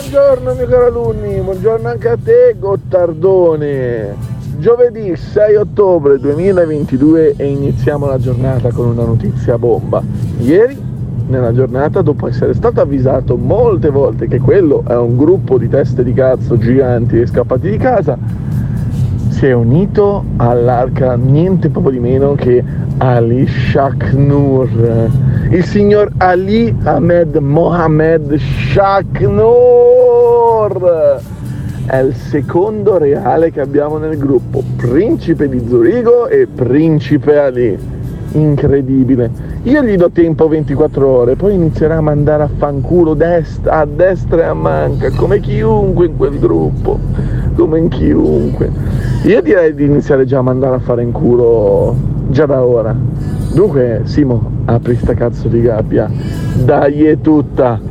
Buongiorno miei cari alunni, buongiorno anche a te Gottardone. Giovedì 6 ottobre 2022 e iniziamo la giornata con una notizia bomba. Ieri, nella giornata, dopo essere stato avvisato molte volte che quello è un gruppo di teste di cazzo giganti e scappati di casa, si è unito all'arca niente poco di meno che Ali Shaknour, il signor Ali Ahmed Mohamed Shaknour. È il secondo reale che abbiamo nel gruppo, principe di Zurigo e principe Ali. Incredibile. Io gli do tempo 24 ore, poi inizierà a mandare a fanculo a destra e a manca, come chiunque in quel gruppo, come in chiunque. Io direi di iniziare già a mandare a fare in culo già da ora. Dunque, Simo, apri sta cazzo di gabbia. Dai, è tutta.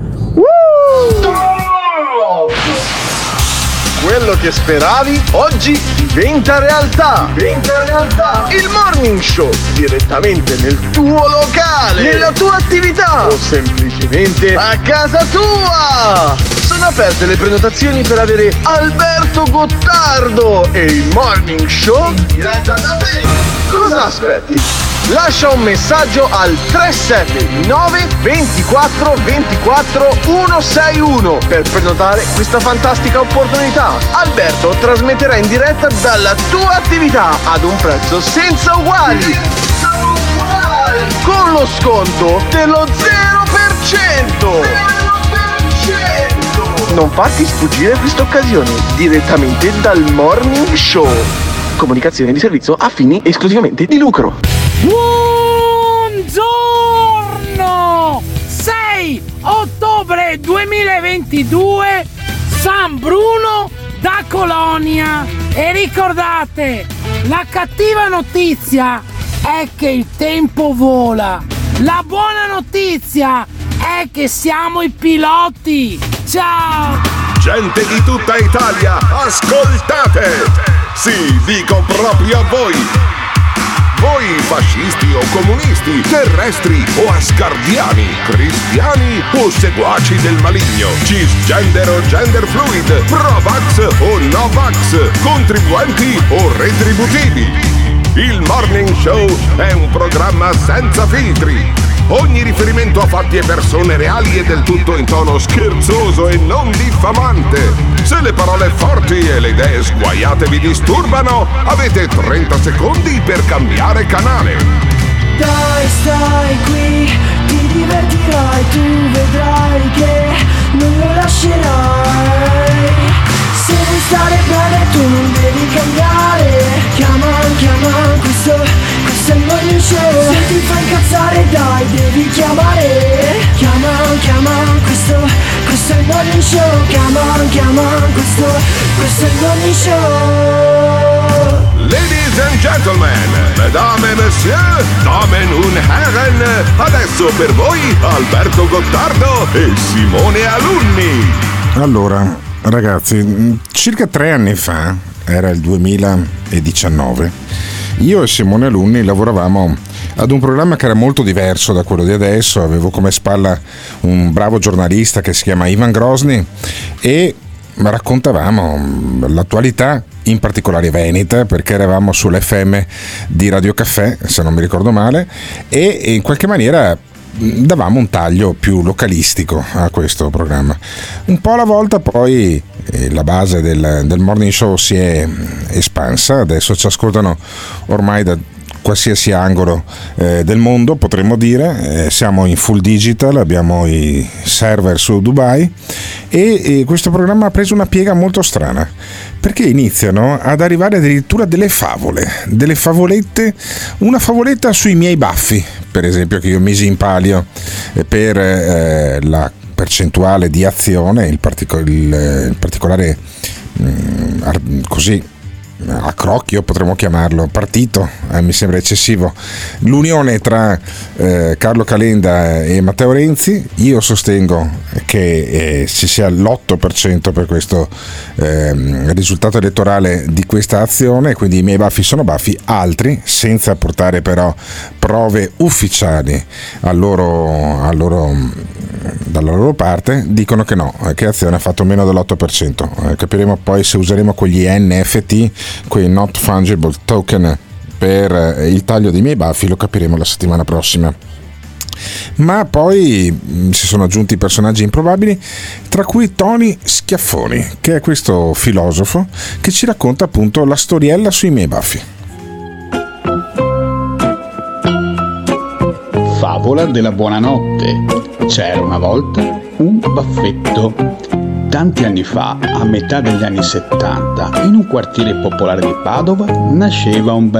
Quello che speravi oggi diventa realtà. Il Morning Show direttamente nel tuo locale, nella tua attività o semplicemente a casa tua. Sono aperte le prenotazioni per avere Alberto Gottardo e il Morning Show in diretta da te. Cosa aspetti? Lascia un messaggio al 379 24 24 161 per prenotare questa fantastica opportunità. Alberto trasmetterà in diretta dalla tua attività ad un prezzo senza uguali. Con lo sconto dello 0%. Non farti sfuggire questa occasione direttamente dal Morning Show. Comunicazione di servizio a fini esclusivamente di lucro. Buongiorno! 6 ottobre 2022, San Bruno da Colonia. E ricordate, la cattiva notizia è che il tempo vola. La buona notizia è che siamo i piloti. Ciao! Gente di tutta Italia, ascoltate! Sì, dico proprio a voi! Voi fascisti o comunisti, terrestri o asgardiani, cristiani o seguaci del maligno, cisgender o gender fluid, pro-vax o no-vax, contribuenti o retributivi. Il Morning Show è un programma senza filtri. Ogni riferimento a fatti e persone reali è del tutto in tono scherzoso e non diffamante. Se le parole forti e le idee sguaiate vi disturbano, avete 30 secondi per cambiare canale. Dai, stai qui, ti divertirai, tu vedrai che non lo lascerai. Se vuoi stare bene tu non devi cambiare. Chiama, questo è il Morning Show. Se ti fa incazzare dai, devi chiamare. Chiama, questo è il Morning Show. Chiama, questo è il Morning Show. Ladies and gentlemen, mesdames et messieurs, damen und herren, adesso per voi Alberto Gottardo e Simone Alunni. Allora, ragazzi, circa 3 anni fa, era il 2019, io e Simone Alunni lavoravamo ad un programma che era molto diverso da quello di adesso. Avevo come spalla un bravo giornalista che si chiama Ivan Grosny e raccontavamo l'attualità, in particolare veneta, perché eravamo sull'FM di Radio Caffè, se non mi ricordo male, e in qualche maniera davamo un taglio più localistico a questo programma. Un po' alla volta poi la base del Morning Show si è espansa, adesso ci ascoltano ormai da qualsiasi angolo del mondo, potremmo dire. Siamo in full digital, abbiamo i server su Dubai e questo programma ha preso una piega molto strana, perché iniziano ad arrivare addirittura delle favolette, una favoletta sui miei baffi, per esempio, che io misi in palio per la percentuale di azione, il particolare così a crocchio potremmo chiamarlo, partito, mi sembra eccessivo, l'unione tra Carlo Calenda e Matteo Renzi. Io sostengo che ci sia l'8% per questo risultato elettorale di questa azione, quindi i miei baffi sono baffi. Altri, senza portare però prove ufficiali dalla loro parte, dicono che no, che Azione ha fatto meno dell'8%. Capiremo poi se useremo quegli NFT, quei not fungible token per il taglio dei miei baffi, lo capiremo la settimana prossima. Ma poi si sono aggiunti personaggi improbabili, tra cui Tony Schiaffoni, che è questo filosofo che ci racconta appunto la storiella sui miei baffi. Favola della buonanotte. C'era una volta un baffetto. Tanti anni fa, a metà degli anni 70, in un quartiere popolare di Padova, nasceva un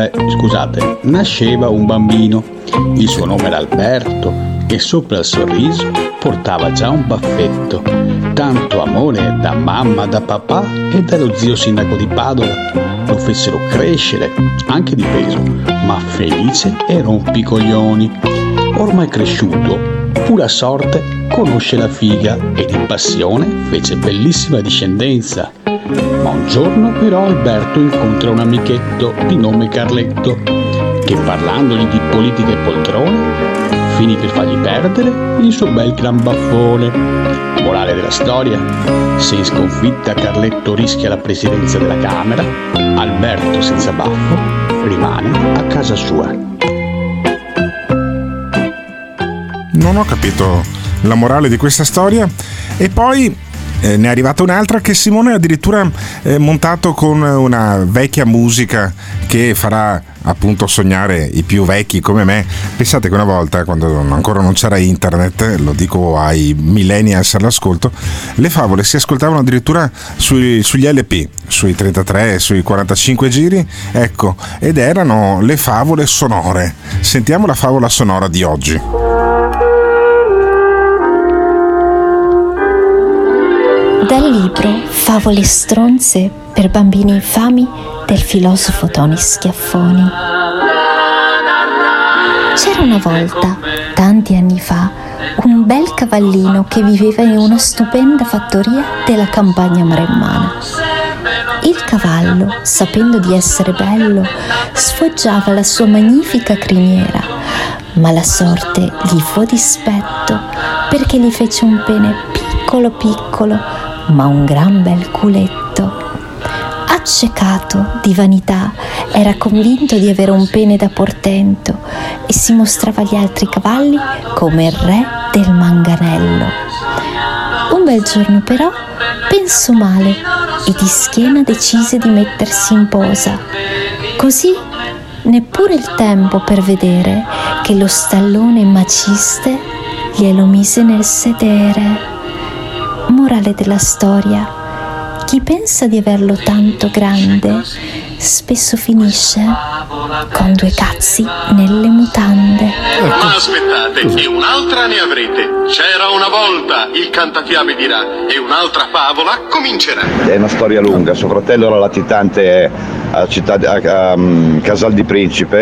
bambino. Il suo nome era Alberto e sopra il sorriso portava già un baffetto. Tanto amore da mamma, da papà e dallo zio sindaco di Padova. Lo fecero crescere, anche di peso, ma felice e rompicoglioni. Ormai cresciuto, pura sorte conosce la figa e di passione fece bellissima discendenza. Ma un giorno però Alberto incontra un amichetto di nome Carletto, che parlandogli di politica e poltrone finì per fargli perdere il suo bel gran baffone. Morale della storia: se in sconfitta Carletto rischia la presidenza della Camera, Alberto senza baffo rimane a casa sua. Non ho capito la morale di questa storia. E poi ne è arrivata un'altra che Simone ha addirittura montato con una vecchia musica che farà appunto sognare i più vecchi come me. Pensate che una volta, quando ancora non c'era internet, lo dico ai millennials all'ascolto, le favole si ascoltavano addirittura sugli LP, sui 33, sui 45 giri, ecco, ed erano le favole sonore. Sentiamo la favola sonora di oggi. Dal libro Favole stronze per bambini infami del filosofo Tony Schiaffoni. C'era una volta, tanti anni fa, un bel cavallino che viveva in una stupenda fattoria della campagna maremmana. Il cavallo, sapendo di essere bello, sfoggiava la sua magnifica criniera, ma la sorte gli fu dispetto perché gli fece un pene piccolo piccolo, ma un gran bel culetto. Accecato di vanità, era convinto di avere un pene da portento e si mostrava agli altri cavalli come il re del manganello. Un bel giorno però pensò male e di schiena decise di mettersi in posa. Così neppure il tempo per vedere che lo stallone maciste glielo mise nel sedere. Morale della storia: chi pensa di averlo tanto grande spesso finisce con due cazzi nelle mutande. Ma aspettate, e un'altra ne avrete. C'era una volta, il cantafiabe dirà, e un'altra favola comincerà. È una storia lunga. Suo fratello era latitante a Casal di Principe.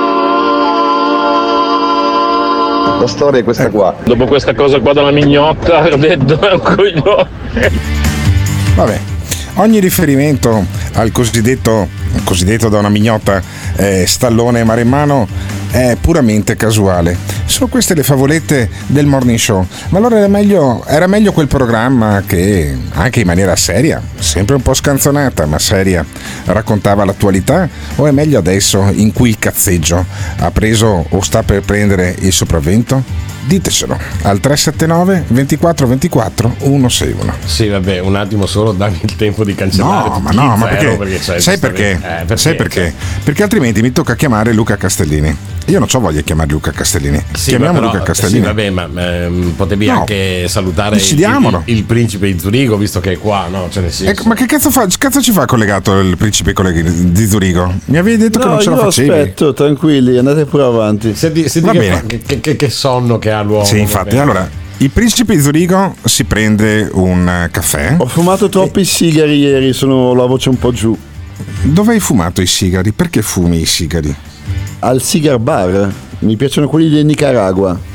La storia è questa qua. Dopo questa cosa qua della mignotta ho detto è un coglione. Vabbè, ogni riferimento al cosiddetto da una mignotta stallone maremmano è puramente casuale. Sono queste le favolette del morning show. Ma allora era meglio quel programma che, anche in maniera seria, sempre un po' scanzonata ma seria, raccontava l'attualità, o è meglio adesso in cui il cazzeggio ha preso o sta per prendere il sopravvento? Ditecelo al 379 24 24 161. Sì, vabbè, un attimo solo, dammi il tempo di cancellare. Ma perché sai perché? Sai perché? Perché altrimenti mi tocca chiamare Luca Castellini. Io non ho voglia di chiamare Luca Castellini. Sì, chiamiamo però, Luca Castellini. Sì, vabbè, ma potevi anche salutare il principe di Zurigo, visto che è qua, no? Cioè, nel senso... Ma che cazzo ci fa collegato il principe di Zurigo? Mi avevi detto che non ce la facevi. Aspetto, tranquilli, andate pure avanti. Senti che sonno che ha l'uomo. Sì, infatti, allora, il principe di Zurigo si prende un caffè. Ho fumato troppi sigari ieri, sono la voce un po' giù. dove hai fumato i sigari? Perché fumi i sigari? Al Cigar Bar, mi piacciono quelli del Nicaragua.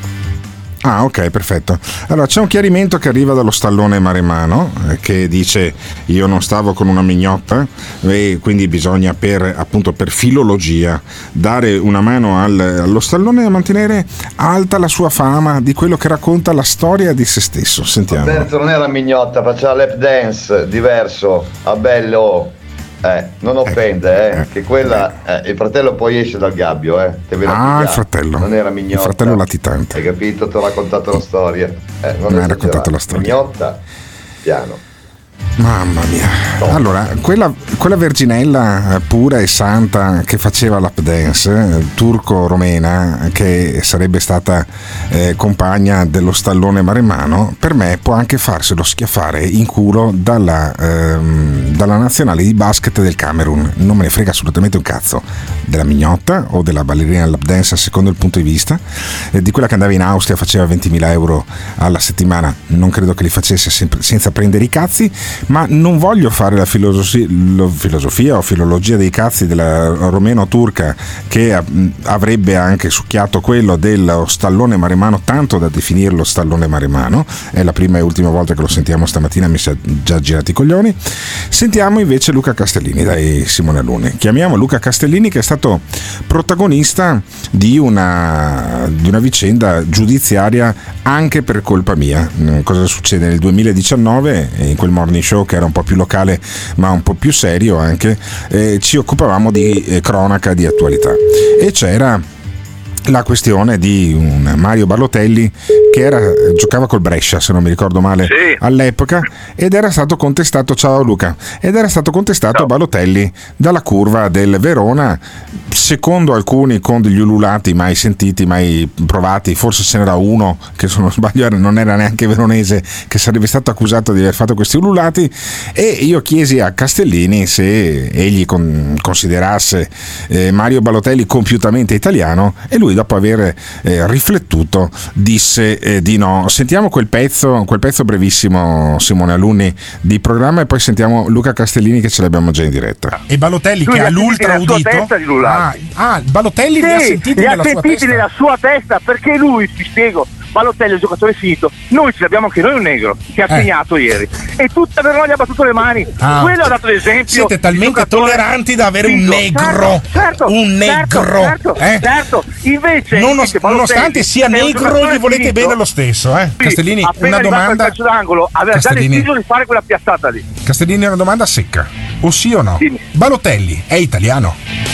Ah, ok, perfetto. Allora c'è un chiarimento che arriva dallo stallone maremano che dice: io non stavo con una mignotta, e quindi bisogna per filologia dare una mano allo stallone a mantenere alta la sua fama di quello che racconta la storia di se stesso. Sentiamo. Alberto non era mignotta, faceva lap dance, diverso, a bello. Non offende, che quella il fratello poi esce dal gabbio, il fratello. Non era mignotta. Il fratello latitante. Hai capito? Ti ho raccontato la storia. Non hai raccontato la storia. Mignotta, piano. Mamma mia. Allora, quella verginella pura e santa che faceva lap dance, turco-romena, che sarebbe stata compagna dello stallone maremmano, per me può anche farselo schiaffare in culo dalla nazionale di basket del Camerun. Non me ne frega assolutamente un cazzo della mignotta o della ballerina lap dance, a secondo il punto di vista. Di quella che andava in Austria, faceva 20.000 euro alla settimana, non credo che li facesse senza prendere i cazzi. Ma non voglio fare la filosofia o filologia dei cazzi della romeno-turca, che avrebbe anche succhiato quello dello stallone maremmano, tanto da definirlo stallone maremmano. È la prima e ultima volta che lo sentiamo stamattina, mi si è già girati i coglioni. Sentiamo invece Luca Castellini, dai Simone Alunni. Chiamiamo Luca Castellini, che è stato protagonista di una vicenda giudiziaria anche per colpa mia. Cosa succede? Nel 2019, in quel morning show che era un po' più locale ma un po' più serio anche, ci occupavamo di cronaca, di attualità, e c'era la questione di un Mario Balotelli che giocava col Brescia, se non mi ricordo male, sì, all'epoca, ed era stato contestato, ciao Luca, ed era stato contestato Balotelli dalla curva del Verona, secondo alcuni con degli ululati mai sentiti, mai provati. Forse ce n'era uno che, se non sbaglio, non era neanche veronese, che sarebbe stato accusato di aver fatto questi ululati, e io chiesi a Castellini se egli considerasse Mario Balotelli compiutamente italiano, e lui, dopo aver riflettuto, disse di no. Sentiamo quel pezzo brevissimo, Simone Alunni, di programma, e poi sentiamo Luca Castellini, che ce l'abbiamo già in diretta. E Balotelli lui che ha l'ultra udito. Balotelli li ha sentiti nella sua testa, perché lui, ti spiego, Balotelli è un giocatore finito, noi ce l'abbiamo anche noi, un negro che ha segnato ieri, e tutta Verona gli ha battuto le mani. Quello ha dato l'esempio. Siete talmente tolleranti da avere un negro, certo. Invece nonostante sia negro, gli volete bene lo stesso, Castellini, una domanda. Il calcio d'angolo aveva già deciso di fare quella piazzata lì. Castellini, una domanda secca: o sì o no? Dimmi. Balotelli è italiano?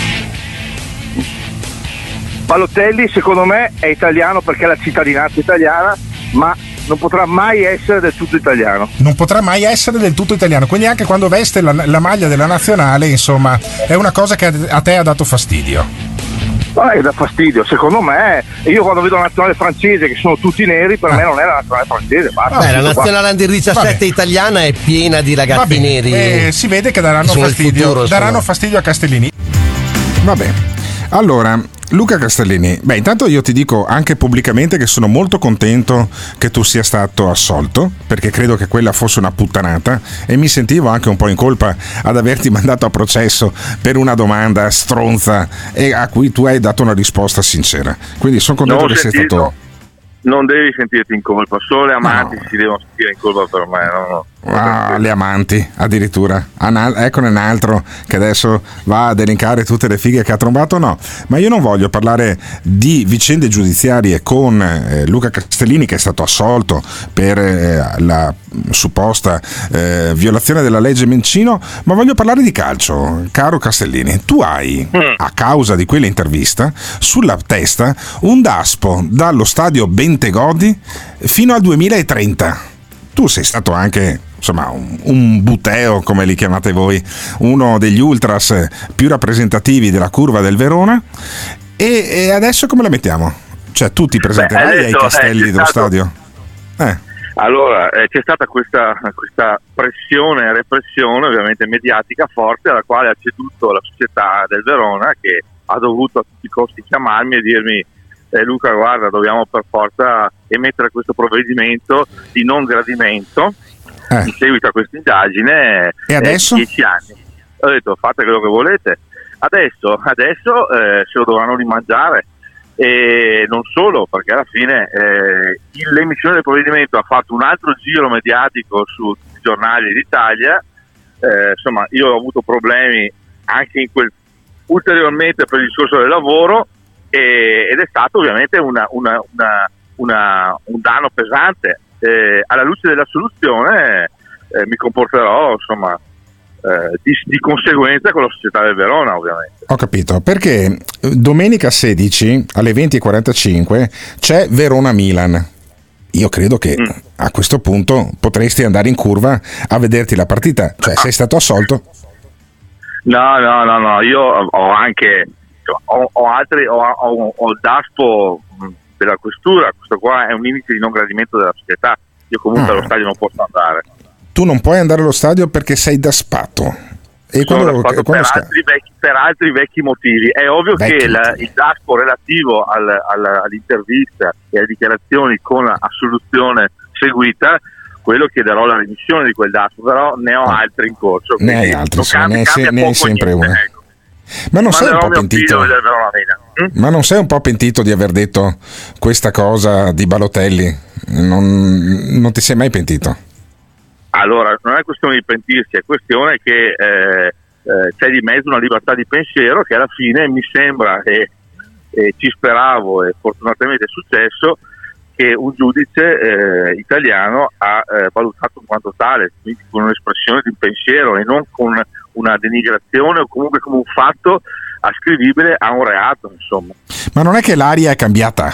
Balotelli secondo me è italiano perché ha la cittadinanza italiana, ma non potrà mai essere del tutto italiano. Non potrà mai essere del tutto italiano, quindi anche quando veste la maglia della nazionale, insomma, è una cosa che a te ha dato fastidio. Da fastidio, secondo me. Io quando vedo la nazionale francese, che sono tutti neri, per me non è la nazionale francese. Basta. La nazionale under 17 italiana è piena di ragazzi neri. Si vede che daranno fastidio a Castellini. Vabbè, allora, Luca Castellini, intanto io ti dico anche pubblicamente che sono molto contento che tu sia stato assolto, perché credo che quella fosse una puttanata, e mi sentivo anche un po' in colpa ad averti mandato a processo per una domanda stronza e a cui tu hai dato una risposta sincera. Quindi sono contento che sei stato... Non devi sentirti in colpa, solo le amanti si devono sentire in colpa per me, no. Le amanti addirittura. Eccone un altro che adesso va ad elencare tutte le fighe che ha trombato. No, ma io non voglio parlare di vicende giudiziarie con Luca Castellini, che è stato assolto per la supposta violazione della legge Mencino, ma voglio parlare di calcio. Caro Castellini, tu hai, a causa di quell'intervista, sulla testa un daspo dallo stadio Bentegodi fino al 2030. Tu sei stato anche, insomma, un buteo, come li chiamate voi, uno degli ultras più rappresentativi della curva del Verona, e adesso come la mettiamo? Cioè, tu ti presenterai ai castelli dello stadio? Allora, c'è stata questa pressione e repressione, ovviamente mediatica, forte, alla quale ha ceduto la società del Verona, che ha dovuto a tutti i costi chiamarmi e dirmi: Luca, guarda, dobbiamo per forza emettere questo provvedimento di non gradimento in seguito a questa indagine. E adesso? 10 anni. ho detto fate quello che volete, adesso se lo dovranno rimangiare. E non solo, perché alla fine l'emissione del provvedimento ha fatto un altro giro mediatico sui giornali d'Italia. Insomma, io ho avuto problemi anche ulteriormente per il discorso del lavoro, ed è stato ovviamente un danno pesante. Alla luce della soluzione mi comporterò, insomma, di conseguenza con la società del Verona, ovviamente. Ho capito, perché domenica 16 alle 20:45 c'è Verona-Milan. Io credo che a questo punto potresti andare in curva a vederti la partita, cioè sei stato assolto? No, io ho anche ho il DASPO della questura. Questo qua è un indice di non gradimento della società. Io comunque allo stadio non posso andare. Tu non puoi andare allo stadio perché sei daspato. E per altri vecchi motivi. È ovvio che il DASPO relativo all'intervista e alle dichiarazioni con assoluzione seguita, quello chiederò la remissione di quel DASPO, però ne ho altri in corso. Ne hai altri, ne hai sempre uno. Ma non sei un po' pentito? Ma non sei un po' pentito di aver detto questa cosa di Balotelli? Non ti sei mai pentito? Allora, non è questione di pentirsi, è questione che c'è di mezzo una libertà di pensiero che alla fine mi sembra, e ci speravo e fortunatamente è successo, che un giudice italiano ha valutato in quanto tale, quindi con un'espressione di pensiero e non con una denigrazione o comunque come un fatto ascrivibile a un reato, insomma. Ma non è che l'aria è cambiata,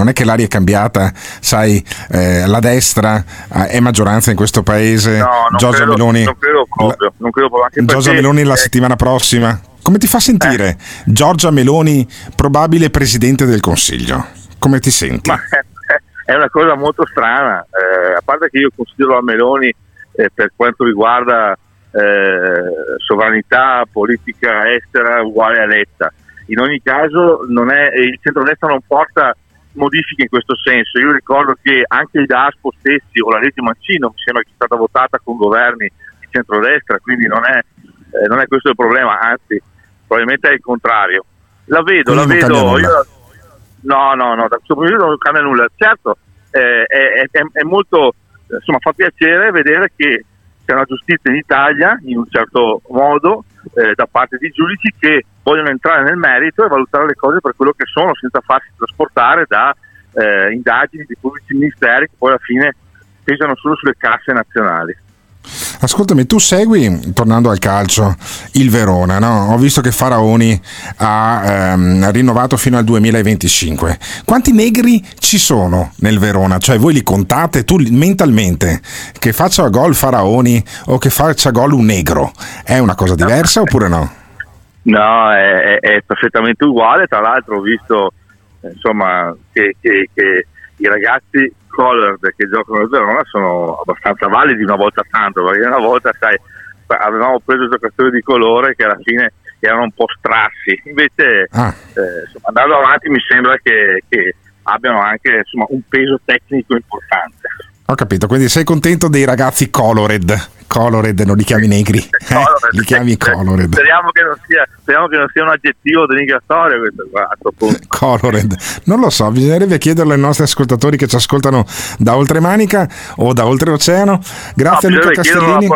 sai, la destra è maggioranza in questo paese. Giorgia Meloni, non credo proprio, anche Giorgia Meloni la settimana prossima. Come ti fa sentire Giorgia Meloni probabile presidente del Consiglio? Come ti senti? Ma è una cosa molto strana, a parte che io considero la Meloni per quanto riguarda sovranità politica estera uguale a Letta. In ogni caso il centrodestra non porta modifiche in questo senso. Io ricordo che anche i DASPO stessi o la legge Mancino mi sembra che sia stata votata con governi di centrodestra, quindi non è questo il problema, anzi probabilmente è il contrario. La vedo io, no, da questo punto di vista non cambia nulla. Certo, è molto, insomma, fa piacere vedere che c'è una giustizia in Italia in un certo modo da parte di giudici che vogliono entrare nel merito e valutare le cose per quello che sono, senza farsi trasportare da indagini di pubblici ministeri che poi alla fine pesano solo sulle casse nazionali. Ascoltami, tu segui, tornando al calcio, il Verona, no? Ho visto che Faraoni ha rinnovato fino al 2025. Quanti negri ci sono nel Verona? Cioè voi li contate, tu mentalmente, che faccia gol Faraoni o che faccia gol un negro, è una cosa diversa oppure no? No, è perfettamente uguale. Tra l'altro ho visto, insomma, che i ragazzi colored che giocano al Verona sono abbastanza validi una volta tanto, perché una volta, sai, avevamo preso giocatori di colore che alla fine erano un po' strassi, invece insomma, andando avanti mi sembra che abbiano anche, insomma, un peso tecnico importante. Ho capito, quindi sei contento dei ragazzi colored, non li chiami negri, li chiami colored. Speriamo che non sia un aggettivo denigratorio questo qua, a questo punto. Colored, non lo so, bisognerebbe chiederlo ai nostri ascoltatori che ci ascoltano da oltremanica o da oltreoceano. Grazie Luca Castellini.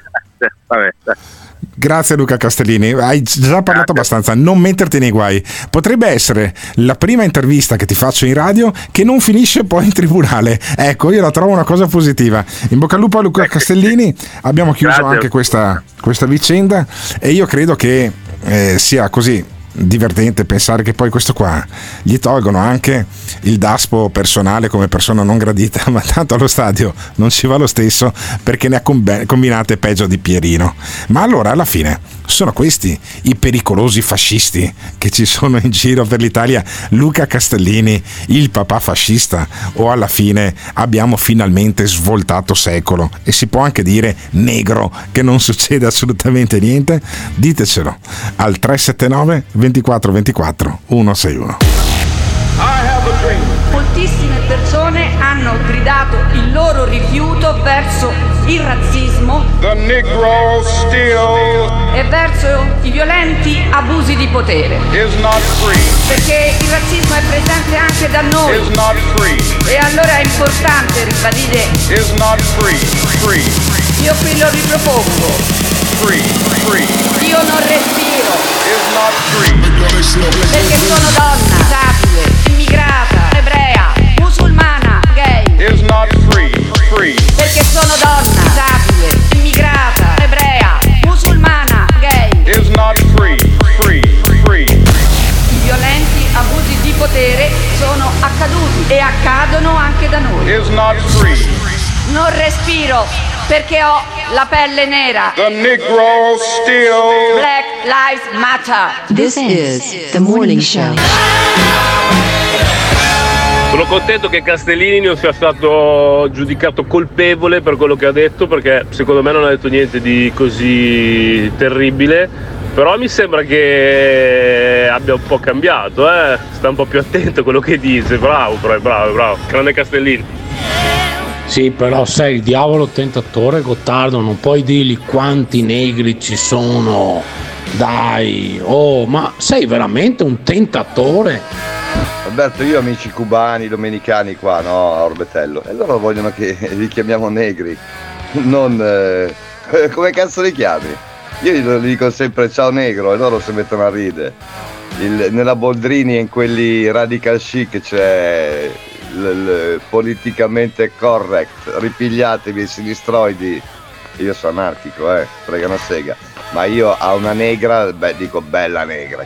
Grazie Luca Castellini, hai già parlato abbastanza, non metterti nei guai. Potrebbe essere la prima intervista che ti faccio in radio che non finisce poi in tribunale. Ecco, io la trovo una cosa positiva. In bocca al lupo a Luca Castellini. Abbiamo chiuso anche questa vicenda e io credo che sia così divertente pensare che poi questo qua gli tolgono anche il DASPO personale come persona non gradita, ma tanto allo stadio non ci va lo stesso perché ne ha combinate peggio di Pierino. Ma allora alla fine sono questi i pericolosi fascisti che ci sono in giro per l'Italia? Luca Castellini, il papà fascista, o alla fine abbiamo finalmente svoltato secolo e si può anche dire negro che non succede assolutamente niente? Ditecelo al 379 24 24 161. Moltissime persone hanno gridato il loro rifiuto verso il razzismo, the Negro still e verso i violenti abusi di potere. Is not free. Perché il razzismo è presente anche da noi. Is not free. E allora è importante ribadire. Is not free. Free. Io qui lo ripropongo. Free. Free. Io non respiro. Is not free. Perché sono donna, disabile, immigrata, ebrea, musulmana, gay. Is not free. Free. Perché sono donna, disabile, immigrata, ebrea, musulmana, gay. Is not free. Free. Free. I violenti abusi di potere sono accaduti e accadono anche da noi. Is not free. Non respiro perché ho la pelle nera. The Negro still. Black Lives Matter. This is the morning show. Sono contento che Castellini non sia stato giudicato colpevole per quello che ha detto, perché secondo me non ha detto niente di così terribile, però mi sembra che abbia un po' cambiato, sta un po' più attento a quello che dice. Bravo, grande Castellini. Sì, però sei il diavolo tentatore, Gottardo, non puoi dirgli quanti negri ci sono, dai, ma sei veramente un tentatore? Alberto, io ho amici cubani, domenicani qua, no, a Orbetello, e loro vogliono che li chiamiamo negri, non come cazzo li chiami? Io gli dico sempre ciao negro e loro si mettono a ridere. Nella Boldrini e in quelli radical chic c'è il politicamente correct, ripigliatevi i sinistroidi. Io sono anarchico, frega una sega, ma io a una negra, dico bella negra.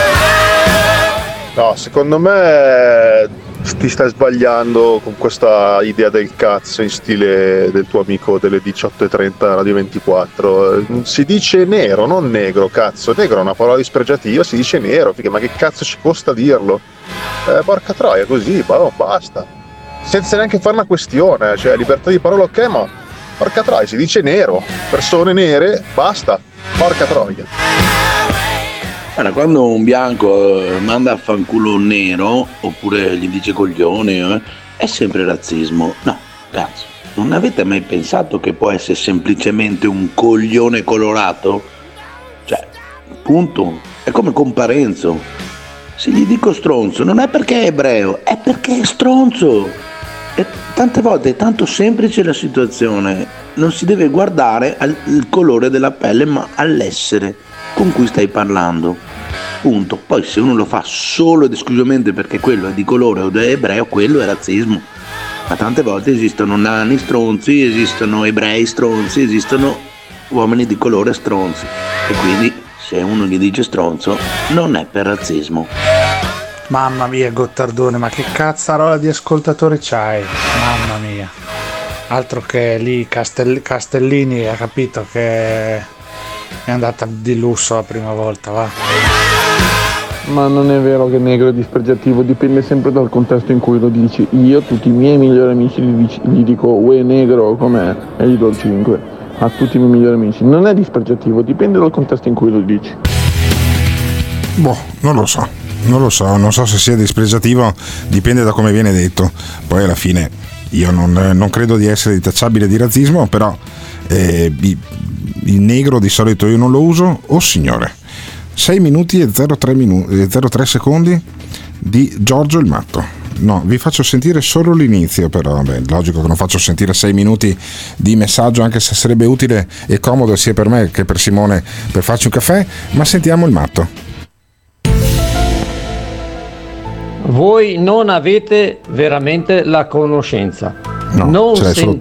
No, secondo me ti stai sbagliando con questa idea del cazzo in stile del tuo amico delle 18:30 Radio 24. Si dice nero, non negro, cazzo. Negro è una parola dispregiativa, si dice nero, ma che cazzo ci costa dirlo? Porca troia, così, basta. Senza neanche fare una questione, cioè libertà di parola ok, ma porca troia, si dice nero, persone nere, basta, porca troia. Allora, quando un bianco manda a fanculo un nero, oppure gli dice coglione, è sempre razzismo. No, cazzo, non avete mai pensato che può essere semplicemente un coglione colorato? Cioè, punto. È come con Parenzo. Se gli dico stronzo, non è perché è ebreo, è perché è stronzo. E tante volte è tanto semplice la situazione. Non si deve guardare al colore della pelle, ma all'essere con cui stai parlando, punto. Poi se uno lo fa solo ed esclusivamente perché quello è di colore o è ebreo, quello è razzismo. Ma tante volte esistono nani stronzi, esistono ebrei stronzi, esistono uomini di colore stronzi, e quindi se uno gli dice stronzo non è per razzismo. Mamma mia, Gottardone, ma che cazzarola di ascoltatori c'hai? Mamma mia, altro che lì Castellini ha capito che è andata di lusso la prima volta, va. Ma non è vero che negro è dispregiativo, dipende sempre dal contesto in cui lo dici. Io tutti i miei migliori amici gli dico uè negro, com'è? E gli do il 5 a tutti i miei migliori amici. Non è dispregiativo, dipende dal contesto in cui lo dici. Non lo so se sia dispregiativo, dipende da come viene detto. Poi alla fine io non credo di essere intacciabile di razzismo, però il negro di solito io non lo uso. Oh signore, 6 minuti e 03 secondi di Giorgio il Matto. No, vi faccio sentire solo l'inizio, però vabbè, logico che non faccio sentire 6 minuti di messaggio, anche se sarebbe utile e comodo sia per me che per Simone per farci un caffè, ma sentiamo il Matto. Voi non avete veramente la conoscenza, non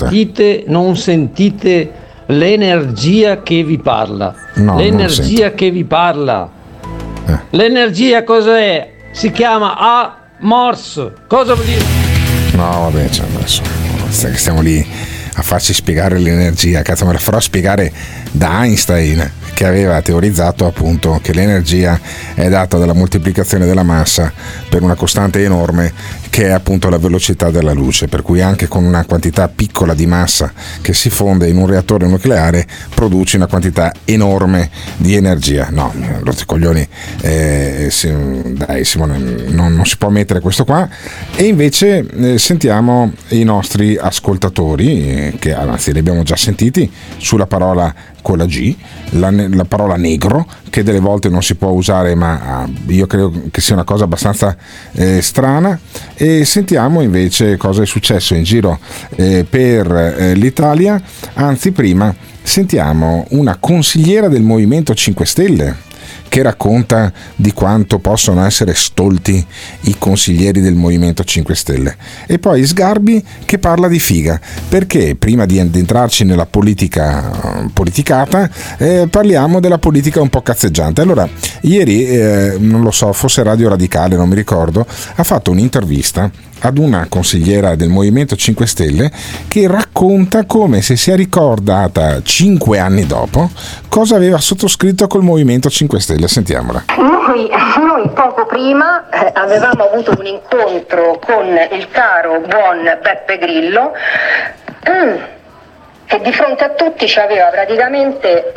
sentite l'energia che vi parla, l'energia che vi parla. L'energia cos'è? Si chiama Morse. Cosa vuol dire? No, vabbè, adesso stiamo lì a farci spiegare l'energia, cazzo, me la farò spiegare da Einstein, che aveva teorizzato appunto che l'energia è data dalla moltiplicazione della massa per una costante enorme che è appunto la velocità della luce, per cui anche con una quantità piccola di massa che si fonde in un reattore nucleare produce una quantità enorme di energia. No, rotti coglioni, dai Simone, non si può mettere questo qua. E invece sentiamo i nostri ascoltatori che anzi li abbiamo già sentiti, sulla parola con la G, la parola negro, che delle volte non si può usare, ma io credo che sia una cosa abbastanza strana. E sentiamo invece cosa è successo in giro per l'Italia. Anzi, prima sentiamo una consigliera del Movimento 5 Stelle che racconta di quanto possono essere stolti i consiglieri del Movimento 5 Stelle, e poi Sgarbi che parla di figa, perché prima di entrarci nella politicata parliamo della politica un po' cazzeggiante. Allora, ieri, non lo so, forse Radio Radicale, non mi ricordo, ha fatto un'intervista ad una consigliera del Movimento 5 Stelle che racconta come se sia ricordata 5 anni dopo cosa aveva sottoscritto col Movimento 5 Stelle. Sentiamola. Noi poco prima avevamo avuto un incontro con il caro buon Beppe Grillo che di fronte a tutti ci aveva praticamente,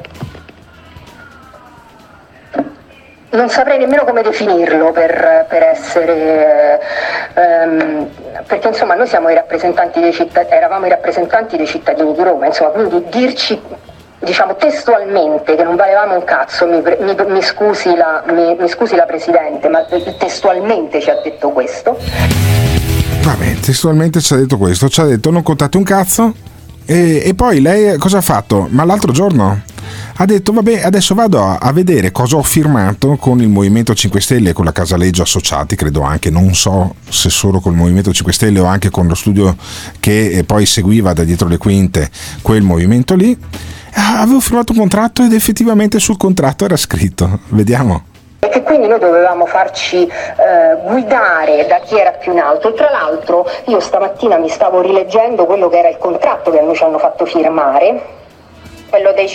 non saprei nemmeno come definirlo per essere perché insomma noi siamo i rappresentanti eravamo i rappresentanti dei cittadini di Roma, insomma, quindi dirci, diciamo, testualmente che non valevamo un cazzo, mi scusi la Presidente, ma testualmente ci ha detto questo. Vabbè, testualmente ci ha detto questo, ci ha detto non contate un cazzo, e poi lei cosa ha fatto? Ma l'altro giorno ha detto vabbè, adesso vado a vedere cosa ho firmato con il Movimento 5 Stelle e con la Casaleggio Associati, credo anche, non so se solo col Movimento 5 Stelle o anche con lo studio che poi seguiva da dietro le quinte quel movimento lì. Avevo firmato un contratto ed effettivamente sul contratto era scritto, vediamo. E quindi noi dovevamo farci guidare da chi era più in alto. E tra l'altro io stamattina mi stavo rileggendo quello che era il contratto che noi ci hanno fatto firmare, quello dei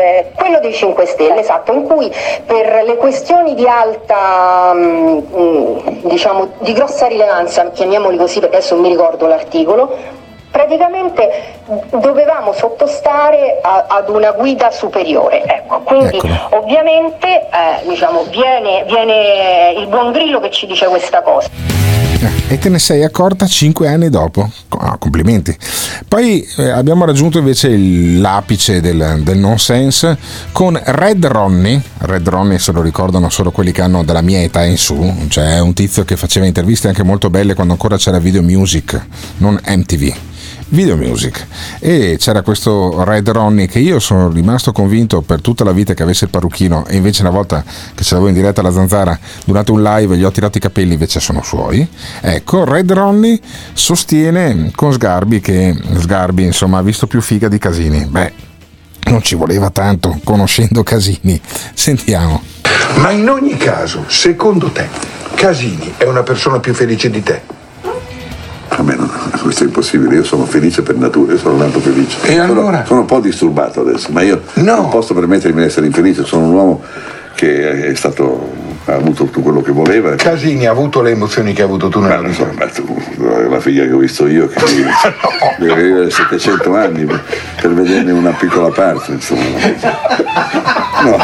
5 Stelle, esatto, in cui per le questioni di alta, diciamo, di grossa rilevanza, chiamiamoli così perché adesso non mi ricordo l'articolo, praticamente dovevamo sottostare ad una guida superiore. Ecco, quindi ovviamente diciamo, viene il buon Grillo che ci dice questa cosa. E te ne sei accorta 5 anni dopo. Complimenti. Poi abbiamo raggiunto invece l'apice del nonsense con Red Ronnie. Red Ronnie se lo ricordano solo quelli che hanno della mia età in su, cioè è un tizio che faceva interviste anche molto belle quando ancora c'era Video Music, non MTV. Video Music, e c'era questo Red Ronnie che io sono rimasto convinto per tutta la vita che avesse il parrucchino, e invece una volta che ce l'avevo in diretta alla Zanzara durante un live gli ho tirato i capelli, invece sono suoi. Ecco, Red Ronnie sostiene con Sgarbi che Sgarbi insomma ha visto più figa di Casini. Beh, non ci voleva tanto conoscendo Casini. Sentiamo. Ma in ogni caso, secondo te Casini è una persona più felice di te? A me questo è impossibile, io sono felice per natura, io sono nato felice. E allora? Sono un po' disturbato adesso, ma io non posso permettermi di essere infelice, sono un uomo che ha avuto tutto quello che voleva. Casini ha avuto le emozioni che hai avuto tu nella vita? La figlia che ho visto io, che deve vivere 700 anni per vederne una piccola parte, insomma. No.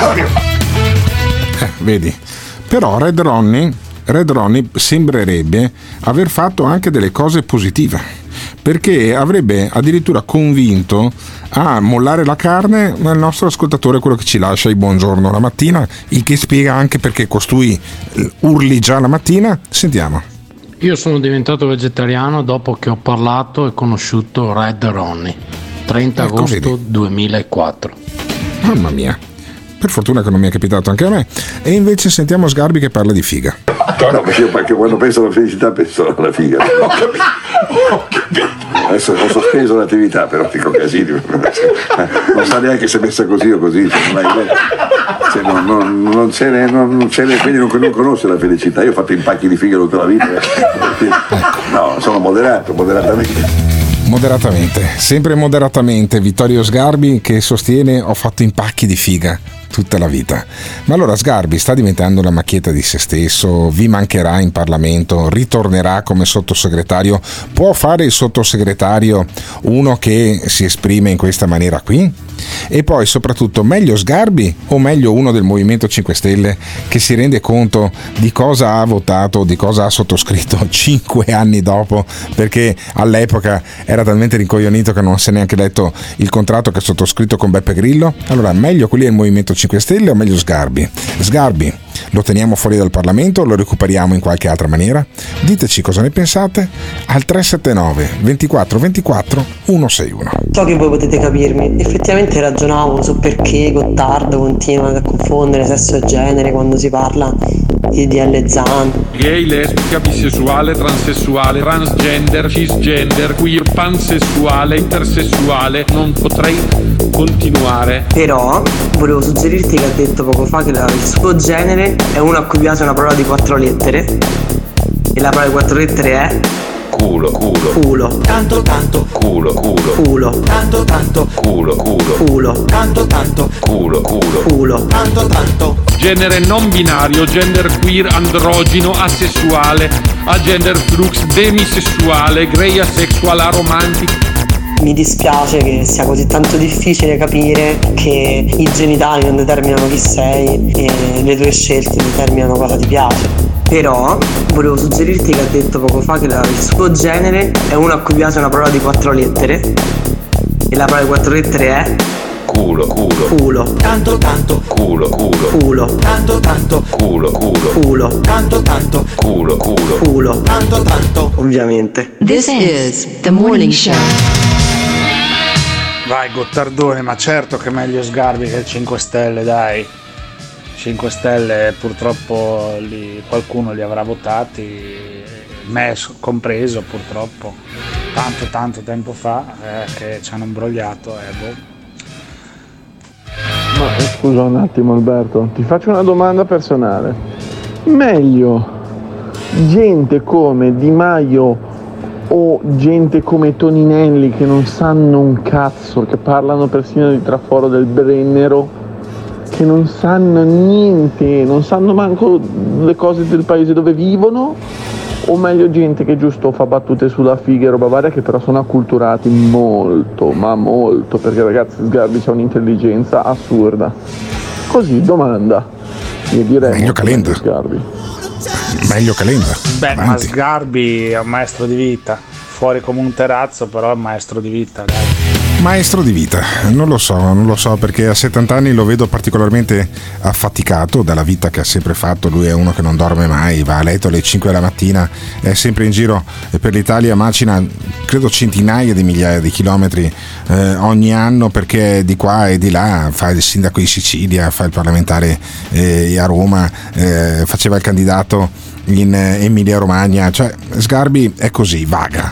Vedi, però Red Ronnie sembrerebbe aver fatto anche delle cose positive, perché avrebbe addirittura convinto a mollare la carne il nostro ascoltatore, quello che ci lascia i buongiorno la mattina, il che spiega anche perché costui urli già la mattina. Sentiamo. Io sono diventato vegetariano dopo che ho parlato e conosciuto Red Ronnie, 30 agosto 2004. Mamma mia, per fortuna che non mi è capitato anche a me. E invece sentiamo Sgarbi che parla di figa. No, perché quando penso alla felicità penso alla figa. Ho capito. Adesso ho sospeso l'attività, però dico Casini. Non sa neanche se è messa così o così. Non ce n'è, quindi non conosce la felicità. Io ho fatto impacchi di figa tutta la vita. No, sono moderatamente, sempre moderatamente. Vittorio Sgarbi che sostiene ho fatto impacchi di figa tutta la vita. Ma allora Sgarbi sta diventando la macchietta di se stesso, vi mancherà in Parlamento, ritornerà come sottosegretario, può fare il sottosegretario uno che si esprime in questa maniera qui? E poi soprattutto, meglio Sgarbi o meglio uno del Movimento 5 Stelle che si rende conto di cosa ha votato, di cosa ha sottoscritto 5 anni dopo, perché all'epoca era talmente rincoglionito che non si è neanche letto il contratto che ha sottoscritto con Beppe Grillo? Allora, meglio quelli del Movimento 5 Stelle o meglio Sgarbi? Sgarbi lo teniamo fuori dal Parlamento o lo recuperiamo in qualche altra maniera? Diteci cosa ne pensate al 379 24 24 161. So che voi potete capirmi, effettivamente ragionavo su perché Gottardo continua a confondere sesso e genere quando si parla di DL Zan. Gay, lesbica, bisessuale, transessuale, transgender, cisgender, queer, pansessuale, intersessuale, non potrei continuare. Però volevo suggerirti che ha detto poco fa che il suo genere è uno a cui piace una parola di 4 lettere e la parola di 4 lettere è culo, tanto culo, tanto culo, tanto genere non binario, gender queer, androgino, asessuale, agender flux, demisessuale, grey asexual, aromantic. Mi dispiace che sia così tanto difficile capire che i genitali non determinano chi sei e le tue scelte determinano cosa ti piace. Però volevo suggerirti che ha detto poco fa che il suo genere è uno a cui piace una parola di 4 lettere e la parola di 4 lettere è culo, tanto culo, tanto culo, tanto ovviamente. This is the morning show. Vai Gottardone, ma certo che è meglio Sgarbi che il 5 Stelle, dai. 5 Stelle purtroppo qualcuno li avrà votati, me compreso purtroppo, tanto tempo fa che ci hanno imbrogliato. Ma scusa un attimo Alberto, ti faccio una domanda personale. Meglio gente come Di Maio o gente come Toninelli che non sanno un cazzo, che parlano persino di traforo del Brennero, che non sanno niente, non sanno manco le cose del paese dove vivono, o meglio gente che giusto fa battute sulla figa e roba varia, che però sono acculturati molto, ma molto, perché ragazzi Sgarbi c'ha un'intelligenza assurda. Così, domanda, io direi meglio Calenda. Meglio Calenda. Beh, ma Sgarbi è un maestro di vita, fuori come un terrazzo, però è un maestro di vita, dai. Maestro di vita, non lo so perché a 70 anni lo vedo particolarmente affaticato dalla vita che ha sempre fatto. Lui è uno che non dorme mai, va a letto alle 5 della mattina, è sempre in giro per l'Italia, macina credo centinaia di migliaia di chilometri ogni anno, perché di qua e di là fa il sindaco di Sicilia, fa il parlamentare a Roma, faceva il candidato in Emilia Romagna. Cioè Sgarbi è così,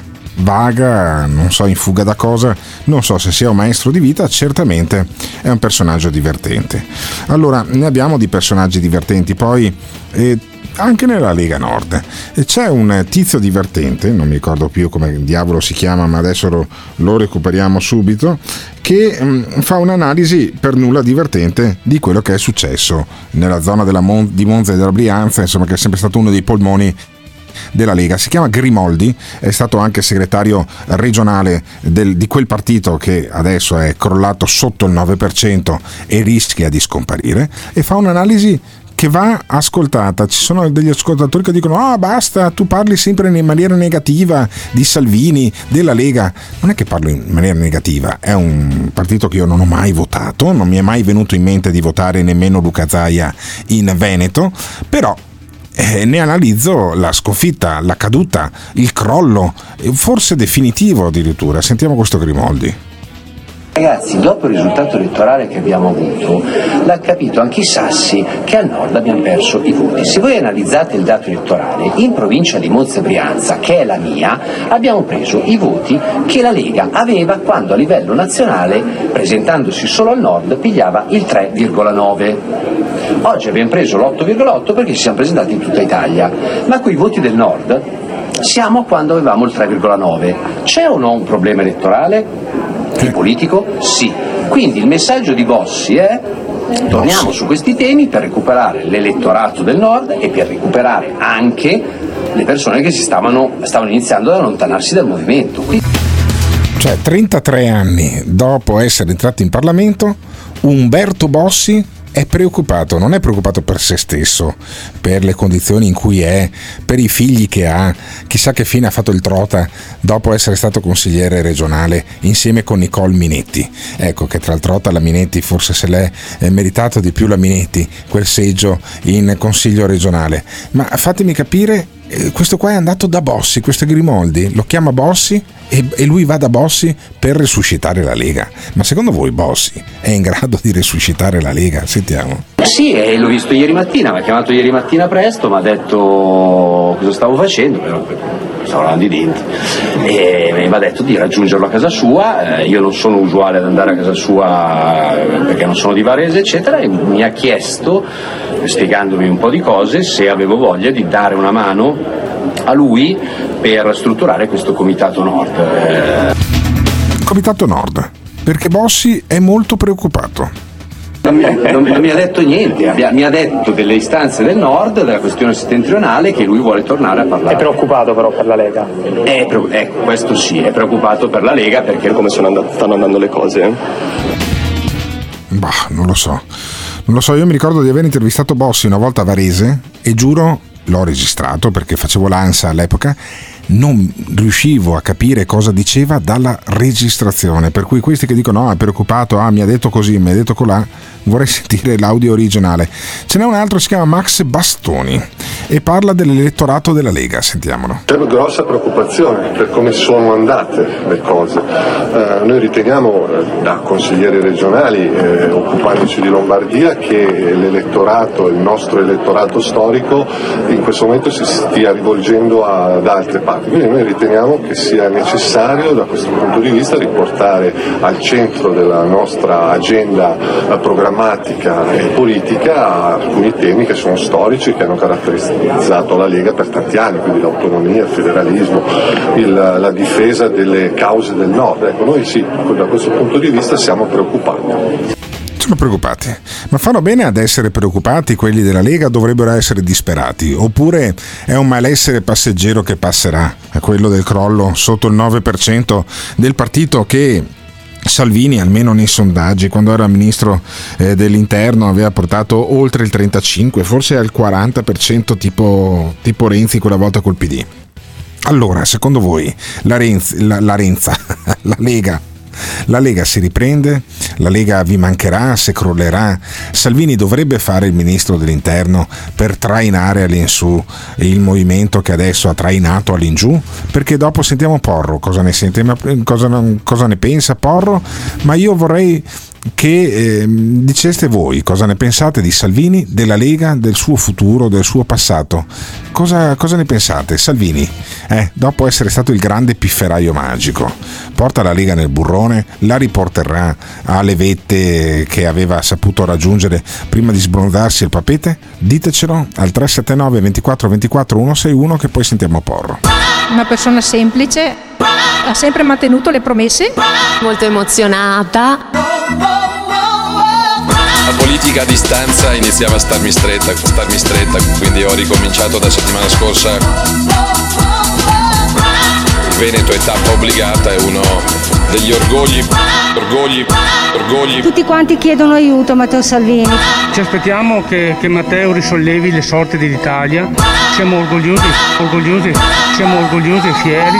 vaga, non so in fuga da cosa, non so se sia un maestro di vita, certamente è un personaggio divertente. Allora, ne abbiamo di personaggi divertenti, poi anche nella Lega Nord c'è un tizio divertente, non mi ricordo più come diavolo si chiama, ma adesso lo recuperiamo subito, che fa un'analisi per nulla divertente di quello che è successo nella zona di Monza e della Brianza, insomma, che è sempre stato uno dei polmoni della Lega. Si chiama Grimoldi, è stato anche segretario regionale di quel partito che adesso è crollato sotto il 9% e rischia di scomparire, e fa un'analisi che va ascoltata. Ci sono degli ascoltatori che dicono basta, tu parli sempre in maniera negativa di Salvini, della Lega. Non è che parlo in maniera negativa, è un partito che io non ho mai votato, non mi è mai venuto in mente di votare nemmeno Luca Zaia in Veneto, però ne analizzo la sconfitta, la caduta, il crollo, forse definitivo addirittura. Sentiamo questo Grimoldi. Ragazzi, dopo il risultato elettorale che abbiamo avuto, l'ha capito anche i Sassi che al nord abbiamo perso i voti. Se voi analizzate il dato elettorale, in provincia di Monza e Brianza, che è la mia, abbiamo preso i voti che la Lega aveva quando a livello nazionale, presentandosi solo al nord, pigliava il 3,9. Oggi abbiamo preso l'8,8 perché ci siamo presentati in tutta Italia, ma con i voti del nord siamo quando avevamo il 3,9. C'è o no un problema elettorale? Il politico? Sì. Quindi il messaggio di Bossi è: torniamo su questi temi per recuperare l'elettorato del nord e per recuperare anche le persone che stavano iniziando ad allontanarsi dal movimento. Cioè 33 anni dopo essere entrato in Parlamento, Umberto Bossi è preoccupato, non è preoccupato per se stesso, per le condizioni in cui è, per i figli che ha, chissà che fine ha fatto il Trota dopo essere stato consigliere regionale insieme con Nicole Minetti. Ecco che tra il Trota e la Minetti forse se l'è meritato di più la Minetti quel seggio in consiglio regionale. Ma fatemi capire, questo qua è andato da Bossi, questo Grimoldi lo chiama Bossi e lui va da Bossi per resuscitare la Lega. Ma secondo voi Bossi è in grado di resuscitare la Lega? Sentiamo. Sì, l'ho visto ieri mattina, mi ha chiamato ieri mattina presto, mi ha detto cosa stavo facendo, però stavo lavando i denti, e mi ha detto di raggiungerlo a casa sua. Io non sono usuale ad andare a casa sua perché non sono di Varese eccetera, e mi ha chiesto, spiegandomi un po' di cose, se avevo voglia di dare una mano a lui per strutturare questo Comitato Nord. Comitato Nord, perché Bossi è molto preoccupato. Non mi ha detto niente, mi ha detto delle istanze del Nord, della questione settentrionale, che lui vuole tornare a parlare. È preoccupato però per la Lega? Questo sì, è preoccupato per la Lega perché come stanno andando le cose? Bah, non lo so, io mi ricordo di aver intervistato Bossi una volta a Varese e giuro, l'ho registrato perché facevo l'ANSA all'epoca, non riuscivo a capire cosa diceva dalla registrazione, per cui questi che dicono no, è preoccupato, mi ha detto così, mi ha detto colà, vorrei sentire l'audio originale. Ce n'è un altro, si chiama Max Bastoni e parla dell'elettorato della Lega, sentiamolo. C'è una grossa preoccupazione per come sono andate le cose. Noi riteniamo da consiglieri regionali occupandoci di Lombardia che l'elettorato, il nostro elettorato storico in questo momento si stia rivolgendo ad altre parti. Quindi noi riteniamo che sia necessario da questo punto di vista riportare al centro della nostra agenda programmatica e politica alcuni temi che sono storici, che hanno caratterizzato la Lega per tanti anni, quindi l'autonomia, il federalismo, la difesa delle cause del Nord. Ecco, noi sì, da questo punto di vista siamo preoccupati. Sono preoccupati, ma fanno bene ad essere preoccupati quelli della Lega, dovrebbero essere disperati, oppure è un malessere passeggero che passerà, è quello del crollo sotto il 9% del partito che Salvini, almeno nei sondaggi, quando era ministro dell'interno, aveva portato oltre il 35%, forse al 40% tipo Renzi quella volta col PD. Allora, secondo voi la Lega si riprende? La Lega vi mancherà se crollerà? Salvini dovrebbe fare il ministro dell'interno per trainare all'insù il movimento che adesso ha trainato all'ingiù? Perché dopo sentiamo Porro cosa ne sente, cosa ne pensa Porro, ma io vorrei che diceste voi cosa ne pensate di Salvini, della Lega, del suo futuro, del suo passato. Cosa ne pensate? Salvini, dopo essere stato il grande pifferaio magico, porta la Lega nel burrone, la riporterà alle vette che aveva saputo raggiungere prima di sbronzarsi il papete? Ditecelo al 379 24 24 161 che poi sentiamo Porro. Una persona semplice, ha sempre mantenuto le promesse, molto emozionata. La politica a distanza iniziava a starmi stretta, quindi ho ricominciato da settimana scorsa. Il Veneto è tappa obbligata, è uno degli orgogli. Tutti quanti chiedono aiuto a Matteo Salvini. Ci aspettiamo che Matteo risollevi le sorti dell'Italia. Siamo orgogliosi e fieri.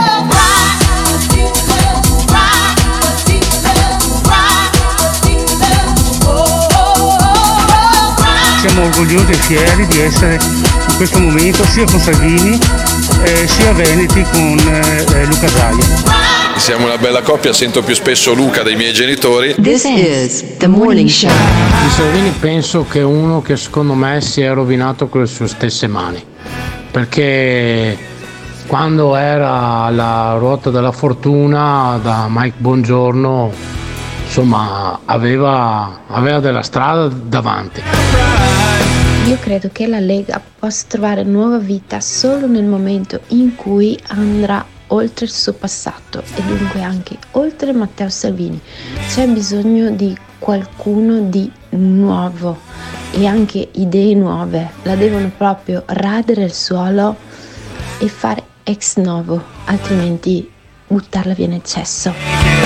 Siamo orgogliosi e fieri di essere in questo momento sia con Salvini sia veneti con Luca Zaia. Siamo una bella coppia, sento più spesso Luca dei miei genitori. This is the morning show. Di Salvini penso che è uno che secondo me si è rovinato con le sue stesse mani, perché quando era alla ruota della fortuna da Mike Bongiorno, insomma, aveva della strada davanti. Io credo che la Lega possa trovare nuova vita solo nel momento in cui andrà oltre il suo passato e dunque anche oltre Matteo Salvini. C'è bisogno di qualcuno di nuovo e anche idee nuove. La devono proprio radere il suolo e fare ex novo, altrimenti buttarla via nel cesso.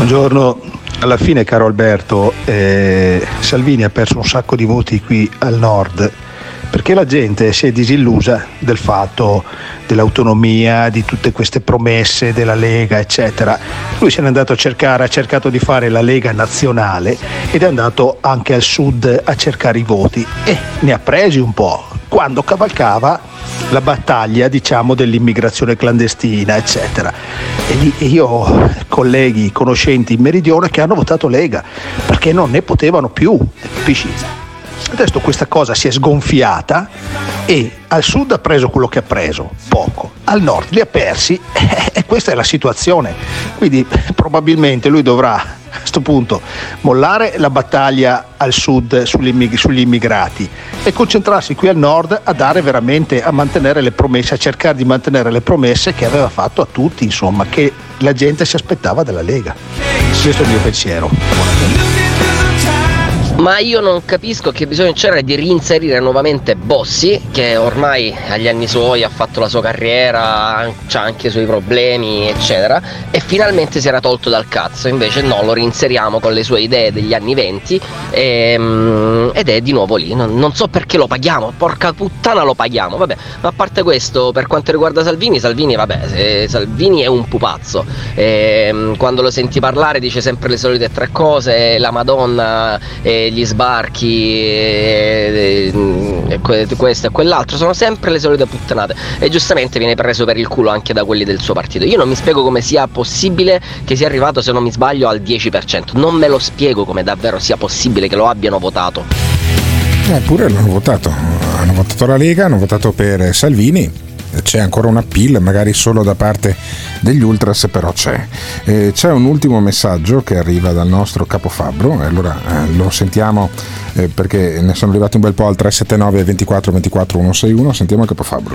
Buongiorno, alla fine caro Alberto, Salvini ha perso un sacco di voti qui al nord perché la gente si è disillusa del fatto dell'autonomia, di tutte queste promesse della Lega eccetera. Lui se n'è andato a cercare, ha cercato di fare la Lega nazionale ed è andato anche al sud a cercare i voti e ne ha presi un po' quando cavalcava la battaglia, diciamo, dell'immigrazione clandestina eccetera. E io ho colleghi, conoscenti in Meridione che hanno votato Lega perché non ne potevano più, capisci? Adesso questa cosa si è sgonfiata e al sud ha preso quello che ha preso, poco, al nord li ha persi e questa è la situazione. Quindi probabilmente lui dovrà a questo punto mollare la battaglia al sud sugli immigrati e concentrarsi qui al nord a dare veramente, a mantenere le promesse, a cercare di mantenere le promesse che aveva fatto a tutti, insomma, che la gente si aspettava dalla Lega. Questo è il mio pensiero. Ma io non capisco che bisogno c'era di reinserire nuovamente Bossi, che ormai agli anni suoi ha fatto la sua carriera, c'ha anche i suoi problemi eccetera, e finalmente si era tolto dal cazzo. Invece no, lo reinseriamo con le sue idee degli anni 20 ed è di nuovo lì. Non so perché lo paghiamo, porca puttana lo paghiamo, vabbè. Ma a parte questo, per quanto riguarda Salvini vabbè, Salvini è un pupazzo, quando lo senti parlare dice sempre le solite tre cose, la Madonna, gli sbarchi, questo e quell'altro, sono sempre le solite puttanate e giustamente viene preso per il culo anche da quelli del suo partito. Io non mi spiego come sia possibile che sia arrivato, se non mi sbaglio, al 10%, non me lo spiego come davvero sia possibile che lo abbiano votato. Eppure l'hanno votato, hanno votato la Lega, hanno votato per Salvini. C'è ancora un appeal, magari solo da parte degli ultras, però c'è. C'è un ultimo messaggio che arriva dal nostro capo Fabbro, allora lo sentiamo perché ne sono arrivati un bel po' al 379 24 24 161. Sentiamo il capo Fabbro.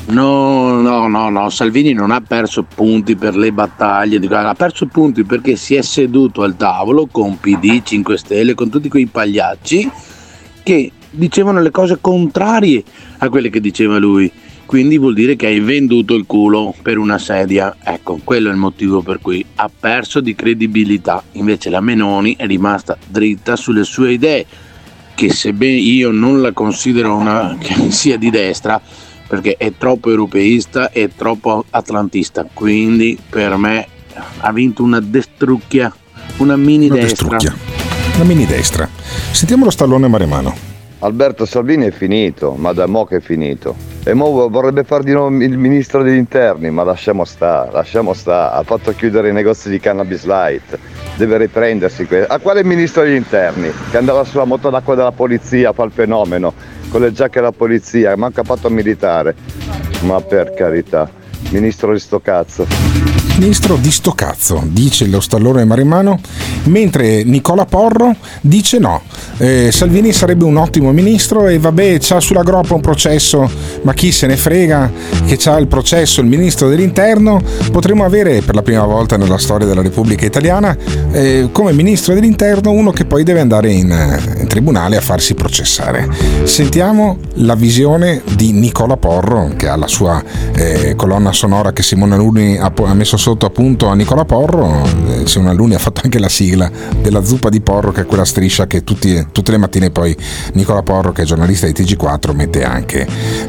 No, Salvini non ha perso punti per le battaglie, ha perso punti perché si è seduto al tavolo con PD, 5 Stelle, con tutti quei pagliacci che dicevano le cose contrarie a quelle che diceva lui. Quindi vuol dire che hai venduto il culo per una sedia. Ecco, quello è il motivo per cui ha perso di credibilità. Invece la Meloni è rimasta dritta sulle sue idee, che sebbene io non la considero una che sia di destra, perché è troppo europeista e troppo atlantista. Quindi per me ha vinto una destrucchia, una mini destra. Una mini destra. Sentiamo lo stallone maremano. Alberto Salvini è finito, ma da mo' che è finito. E mo' vorrebbe far di nuovo il ministro degli interni, ma lasciamo sta. Ha fatto chiudere i negozi di cannabis light, deve riprendersi. A quale ministro degli interni? Che andava sulla moto d'acqua della polizia, fa il fenomeno, con le giacche della polizia, manca fatto militare. Ma per carità, ministro di sto cazzo. Ministro di sto cazzo, dice lo stallone maremmano, mentre Nicola Porro dice no. Salvini sarebbe un ottimo ministro e vabbè, c'ha sulla groppa un processo, ma chi se ne frega che c'ha il processo il ministro dell'interno. Potremmo avere per la prima volta nella storia della Repubblica Italiana come ministro dell'interno uno che poi deve andare in tribunale a farsi processare. Sentiamo la visione di Nicola Porro, che ha la sua colonna sonora che Simone Alunni ha messo sotto appunto a Nicola Porro. Simone Alunni ha fatto anche la sigla della zuppa di Porro, che è quella striscia che tutte le mattine poi Nicola Porro, che è giornalista di TG4, mette anche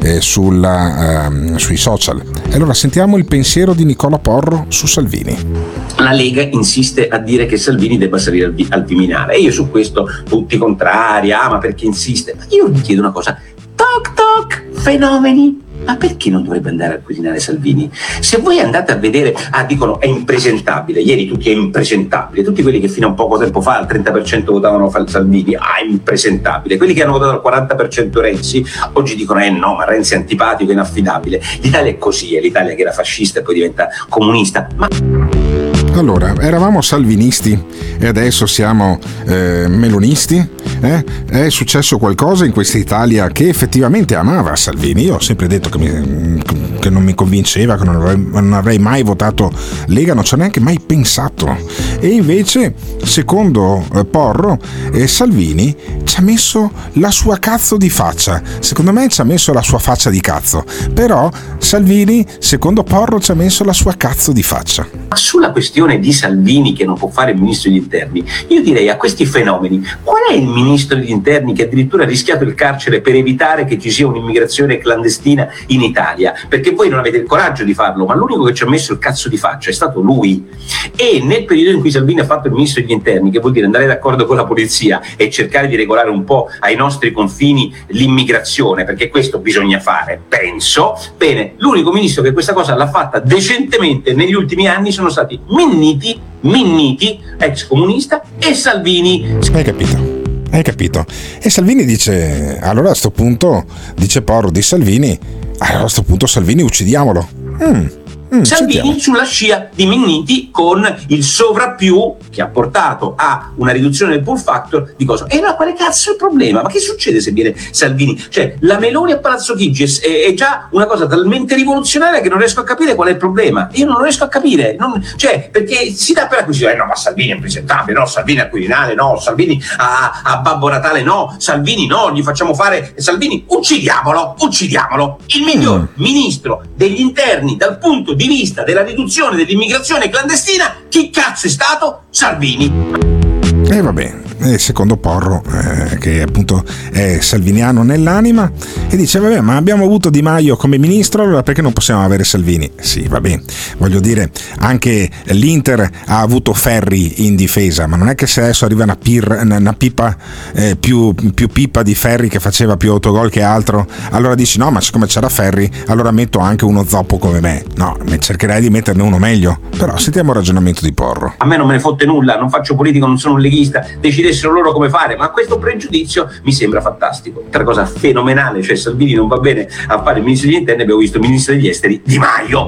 sui social. E allora sentiamo il pensiero di Nicola Porro su Salvini. La Lega insiste a dire che Salvini debba salire al Viminale e io su questo tutti contrari, ma perché insiste? Ma io mi chiedo una cosa, toc fenomeni, ma perché non dovrebbe andare a cucinare Salvini? Se voi andate a vedere, dicono è impresentabile, ieri tutti è impresentabile, tutti quelli che fino a un poco tempo fa al 30% votavano Salvini, è impresentabile, quelli che hanno votato al 40% Renzi, oggi dicono no, ma Renzi è antipatico, è inaffidabile. L'Italia è così, è l'Italia che era fascista e poi diventa comunista, ma... Allora, eravamo salvinisti e adesso siamo melonisti? È successo qualcosa in questa Italia che effettivamente amava Salvini? Io ho sempre detto che non mi convinceva, che non avrei mai votato Lega, non ci ho neanche mai pensato. E invece, secondo Porro, Salvini ci ha messo la sua cazzo di faccia. Secondo me ci ha messo la sua faccia di cazzo, però Salvini, secondo Porro, ci ha messo la sua cazzo di faccia. Ma sulla questione di Salvini che non può fare il ministro degli interni, io direi a questi fenomeni: qual è il ministro degli interni che addirittura ha rischiato il carcere per evitare che ci sia un'immigrazione clandestina in Italia? Perché voi non avete il coraggio di farlo, ma l'unico che ci ha messo il cazzo di faccia è stato lui. E nel periodo in cui Salvini ha fatto il ministro degli interni, che vuol dire andare d'accordo con la polizia e cercare di regolare un po' ai nostri confini l'immigrazione, perché questo bisogna fare, penso, bene, l'unico ministro che questa cosa l'ha fatta decentemente negli ultimi anni sono stati Minniti, ex comunista, e Salvini. Hai capito? E Salvini dice, allora a sto punto, dice Porro di Salvini, allora a sto punto Salvini uccidiamolo. Salvini sentiamo. sulla scia di Minniti, con il sovrappiù che ha portato a una riduzione del pull factor di cosa. E allora quale cazzo è il problema? Ma che succede se viene Salvini? Cioè, la Meloni a Palazzo Chigi è già una cosa talmente rivoluzionaria che non riesco a capire qual è il problema. Io non riesco a capire, cioè, perché si dà per acquisito, no, ma Salvini è impresentabile, no, Salvini al Quirinale, no, Salvini a Babbo Natale, no, Salvini no, gli facciamo fare Salvini, uccidiamolo. Il miglior ministro degli interni dal punto di vista della riduzione dell'immigrazione clandestina, chi cazzo è stato? Salvini. E vabbè, secondo Porro, che appunto è salviniano nell'anima, e dice vabbè, ma abbiamo avuto Di Maio come ministro, allora perché non possiamo avere Salvini? Sì, vabbè, voglio dire, anche l'Inter ha avuto Ferri in difesa, ma non è che se adesso arriva una pipa più pipa di Ferri che faceva più autogol che altro, allora dici no, ma siccome c'era Ferri allora metto anche uno zoppo come me. No, cercherei di metterne uno meglio. Però sentiamo il ragionamento di Porro. A me non me ne fotte nulla, non faccio politica, non sono un leghista, decidessero loro come fare, ma questo pregiudizio mi sembra fantastico. Altra cosa fenomenale, cioè Salvini non va bene a fare il ministro degli interni, abbiamo visto il ministro degli esteri Di Maio.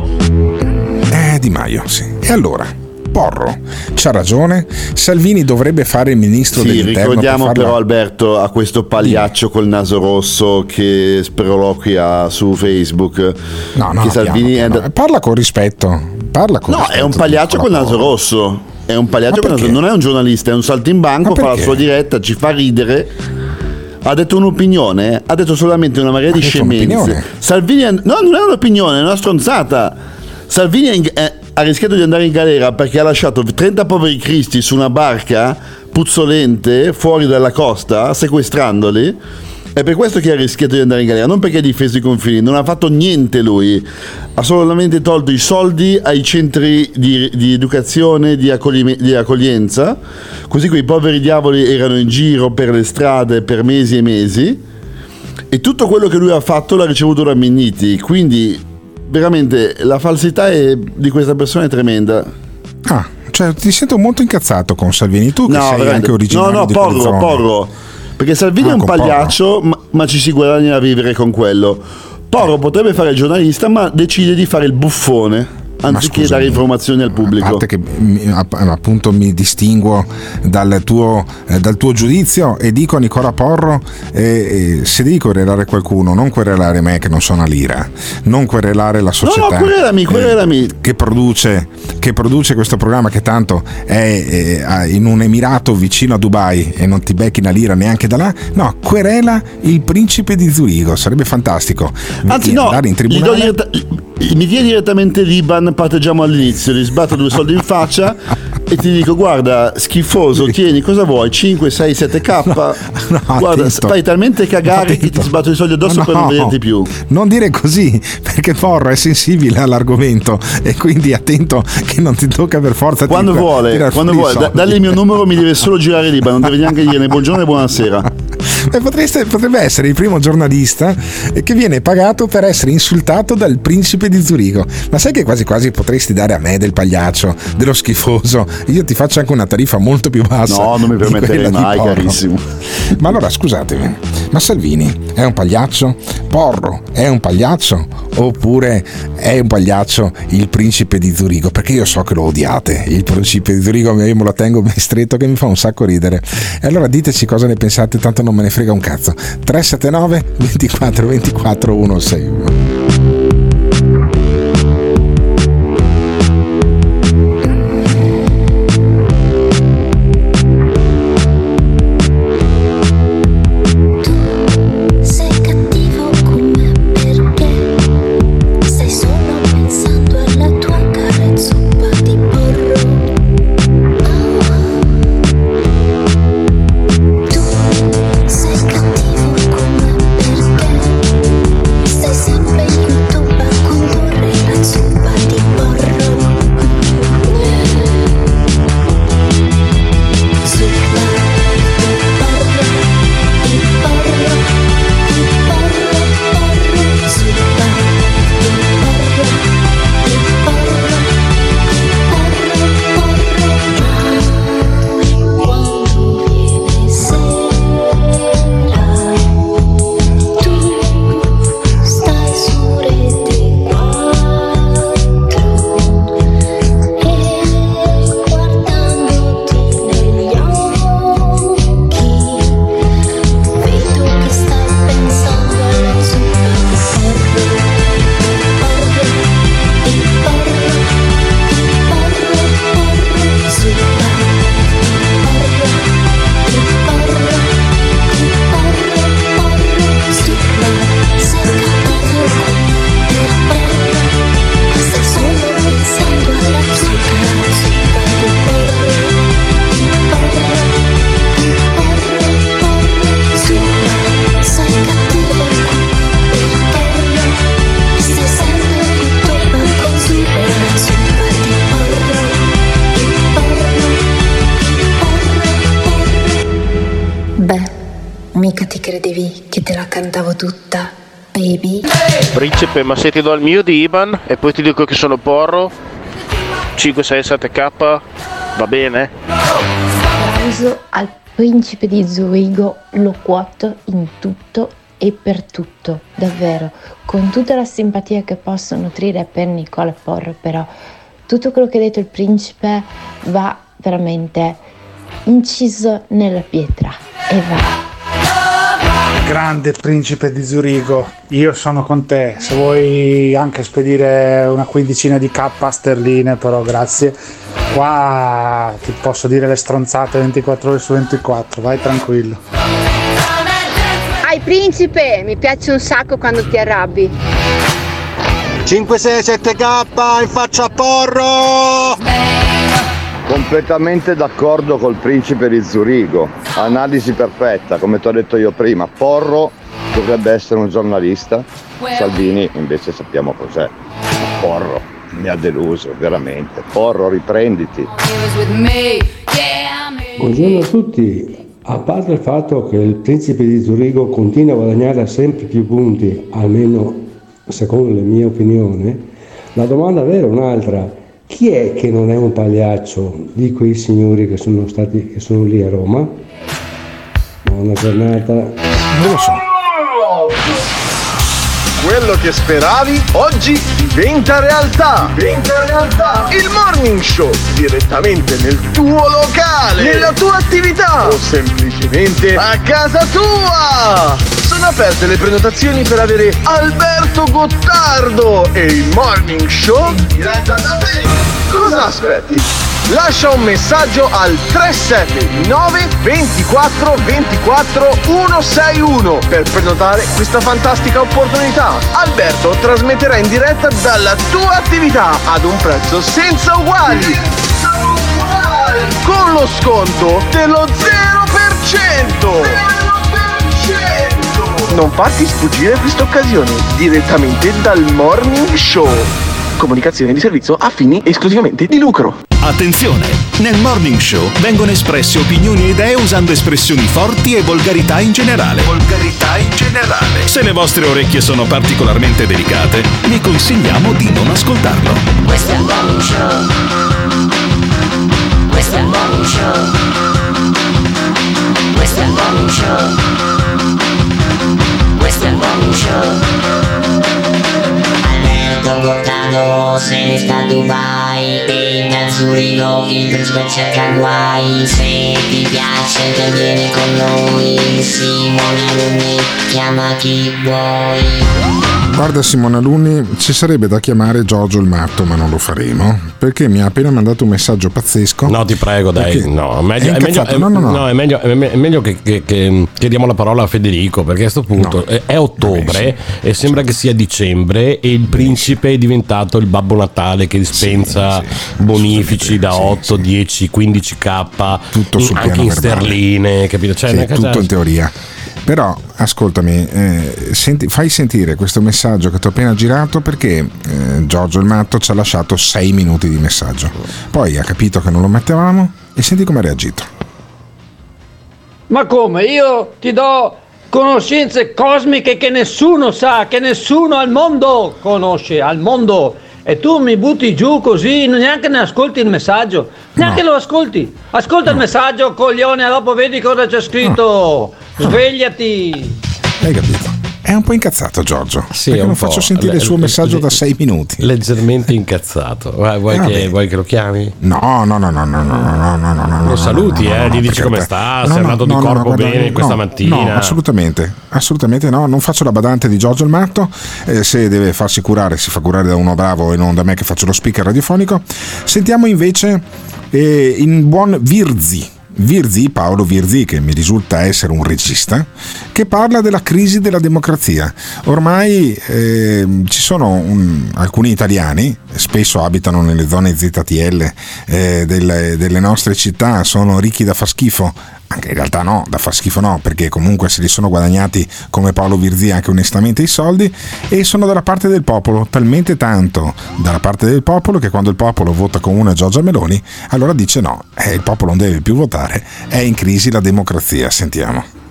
Di Maio, sì. E allora? Porro c'ha ragione, Salvini dovrebbe fare il ministro dell'interno. Ricordiamo però, Alberto, a questo pagliaccio col naso rosso che sproloquia su Facebook, che Salvini parla con rispetto, no, è un pagliaccio col naso rosso, è un pagliaccio col naso, non è un giornalista, è un saltimbanco, fa la sua diretta, ci fa ridere. Ha detto un'opinione, ha detto solamente una marea di scemenze. Salvini no, non è un'opinione, è una stronzata. Salvini ha rischiato di andare in galera perché ha lasciato 30 poveri cristi su una barca puzzolente fuori dalla costa, sequestrandoli. È per questo che ha rischiato di andare in galera, non perché ha difeso i confini, non ha fatto niente lui, ha solamente tolto i soldi ai centri di educazione, di accoglienza, così quei poveri diavoli erano in giro per le strade per mesi e mesi, e tutto quello che lui ha fatto l'ha ricevuto da Minniti, quindi veramente la falsità di questa persona è tremenda. Cioè ti sento molto incazzato con Salvini, tu che sei anche originario di Porro. Perché Salvini è un pagliaccio, ma ci si guadagna a vivere con quello. Porro potrebbe fare il giornalista, ma decide di fare il buffone anziché dare informazioni al pubblico. A parte che appunto mi distinguo dal tuo giudizio e dico a Nicola Porro, se devi querelare qualcuno, non querelare me che non sono a lira, non querelare la società querelami. Che produce questo programma, che tanto è in un emirato vicino a Dubai e non ti becchi una lira neanche da là. No, querela il principe di Zurigo, sarebbe fantastico. Anzi no, andare in tribunale. Mi viene direttamente l'Iban, parteggiamo all'inizio, gli sbatto 2 soldi in faccia e ti dico guarda schifoso, tieni, cosa vuoi, 5, 6, 7k, guarda, fai talmente cagare che ti sbatto i soldi addosso per non vederti più. Non dire così, perché Porro è sensibile all'argomento e quindi attento che non ti tocca per forza. Quando vuole, dagli il mio numero, mi deve solo girare l'Iban, non deve neanche dire né buongiorno né buonasera. Potrebbe essere il primo giornalista che viene pagato per essere insultato dal principe di Zurigo. Ma sai che quasi quasi potresti dare a me del pagliaccio, dello schifoso? Io ti faccio anche una tariffa molto più bassa. No, non mi permetterei mai, carissimo. Ma allora scusatemi, ma Salvini è un pagliaccio? Porro è un pagliaccio? Oppure è un pagliaccio il principe di Zurigo? Perché io so che lo odiate, il principe di Zurigo, io me lo tengo ben stretto che mi fa un sacco ridere. E allora diteci cosa ne pensate, tanto non me ne frega un cazzo. 379 24 24 161. mica ti credevi che te la cantavo tutta, baby? Principe, ma se ti do il mio di IBAN e poi ti dico che sono Porro 567K, va bene? Applauso al principe di Zurigo, lo quoto in tutto e per tutto, davvero, con tutta la simpatia che posso nutrire per Nicola Porro, però tutto quello che ha detto il principe va veramente inciso nella pietra e va. Grande principe di Zurigo, io sono con te, se vuoi anche spedire una quindicina di K sterline, però grazie, qua ti posso dire le stronzate 24 ore su 24, vai tranquillo. Ai principe, mi piace un sacco quando ti arrabbi. 567K in faccia a Porro! Completamente d'accordo col principe di Zurigo, analisi perfetta, come ti ho detto io prima. Porro dovrebbe essere un giornalista, Salvini invece sappiamo cos'è. Porro mi ha deluso veramente. Porro, riprenditi. Buongiorno a tutti. A parte il fatto che il principe di Zurigo continua a guadagnare sempre più punti, almeno secondo la mia opinione, la domanda vera è un'altra. Chi è che non è un pagliaccio di quei signori che sono lì a Roma? Buona giornata. Non lo so. Quello che speravi oggi diventa realtà. Il Morning Show direttamente nel tuo locale, nella tua attività o semplicemente a casa tua. Sono aperte le prenotazioni per avere Alberto Gottardo e il Morning Show in diretta da te. Cosa aspetti? Lascia un messaggio al 379 24 24 161 per prenotare questa fantastica opportunità. Alberto trasmetterà in diretta dalla tua attività ad un prezzo senza uguali. Con lo sconto dello 0%. Non farti sfuggire questa occasione direttamente dal Morning Show. Comunicazione di servizio a fini esclusivamente di lucro. Attenzione! Nel Morning Show vengono espresse opinioni e idee usando espressioni forti e volgarità in generale. Se le vostre orecchie sono particolarmente delicate, vi consigliamo di non ascoltarlo. Questo è il Morning Show. Questo è il Morning Show. Questo è il Morning Show. Questo è il Morning Show. Alberto Gottardo se ne sta a Dubai e da Zurigo il principe cerca guai. Se ti piace vieni con noi, Simone Alunni chiama chi vuoi. Guarda Simone Alunni, ci sarebbe da chiamare Giorgio il matto, ma non lo faremo, perché mi ha appena mandato un messaggio pazzesco. No, ti prego, dai, no, è meglio che diamo la parola a Federico, perché a questo punto è ottobre e sembra che sia dicembre e il principe è diventato il Babbo Natale che dispensa bonifici da 8, 10, 15k, tutto sul anche in sterline, capito? Cioè, tutto in teoria. Però ascoltami, fai sentire questo messaggio che ti ho appena girato, perché Giorgio il matto ci ha lasciato 6 minuti di messaggio, poi ha capito che non lo mettevamo e senti come ha reagito. Ma come? Io ti do conoscenze cosmiche che nessuno sa, che nessuno al mondo conosce, al mondo, e tu mi butti giù così, neanche ne ascolti il messaggio, neanche lo ascolti. Ascolta il messaggio, coglione, dopo vedi cosa c'è scritto. Svegliati. Hai capito? È un po' incazzato Giorgio, sì, perché non faccio sentire il suo messaggio da 6 minuti. Leggermente incazzato. Vuoi che lo chiami? No. Lo saluti, gli dici come sta, sei andato di corpo bene questa mattina. No, assolutamente no, non faccio la badante di Giorgio il matto, se deve farsi curare si fa curare da uno bravo e non da me che faccio lo speaker radiofonico. Sentiamo invece in buon Paolo Virzi, che mi risulta essere un regista, che parla della crisi della democrazia. Ormai ci sono alcuni italiani, spesso abitano nelle zone ZTL delle nostre città, sono ricchi da far schifo. Anche in realtà no, da far schifo no, perché comunque se li sono guadagnati come Paolo Virzi anche onestamente i soldi, e sono dalla parte del popolo, talmente tanto dalla parte del popolo che quando il popolo vota con una Giorgia Meloni, allora dice no, il popolo non deve più votare, è in crisi la democrazia. Sentiamo.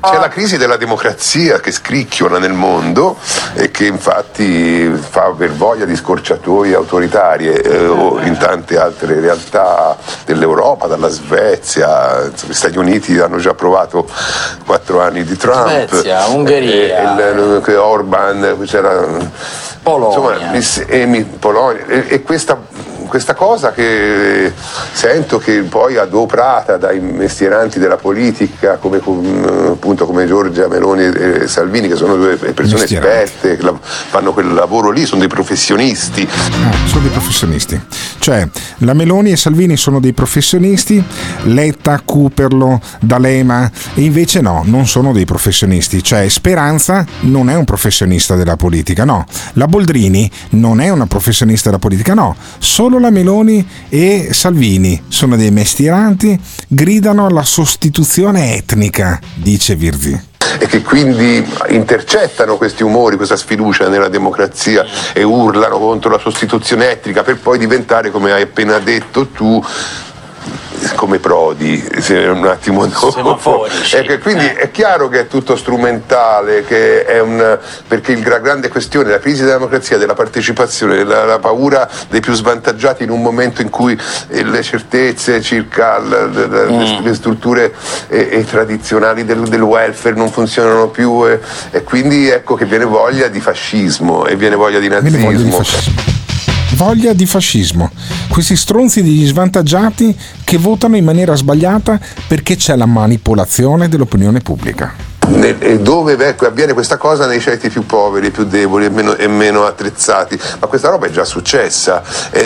C'è la crisi della democrazia che scricchiola nel mondo e che infatti fa per voglia di scorciatoie autoritarie o in tante altre realtà dell'Europa, dalla Svezia. Gli Stati Uniti hanno già provato 4 anni di Trump, Svezia, Ungheria, Orban, c'era Polonia, insomma, Polonia e questa cosa che sento che poi adoprata dai mestieranti della politica come Giorgia Meloni e Salvini, che sono due persone esperte, che fanno quel lavoro lì, sono dei professionisti. Sono dei professionisti, cioè la Meloni e Salvini sono dei professionisti, Letta, Cooperlo, D'Alema, e invece no, non sono dei professionisti. Cioè Speranza non è un professionista della politica, no, la Boldrini non è una professionista della politica, no, solo la Meloni e Salvini sono dei mestieranti, gridano alla sostituzione etnica, dice Virzi. E che quindi intercettano questi umori, questa sfiducia nella democrazia e urlano contro la sostituzione etnica per poi diventare, come hai appena detto tu, come Prodi, se un attimo dopo. Quindi è chiaro che è tutto strumentale, che è perché la grande questione, la crisi della democrazia, della partecipazione, la paura dei più svantaggiati in un momento in cui le certezze circa le strutture tradizionali del welfare non funzionano più e quindi ecco che viene voglia di fascismo e viene voglia di nazismo. Voglia di fascismo, questi stronzi degli svantaggiati che votano in maniera sbagliata perché c'è la manipolazione dell'opinione pubblica. E dove avviene questa cosa nei ceti più poveri, più deboli e meno attrezzati, ma questa roba è già successa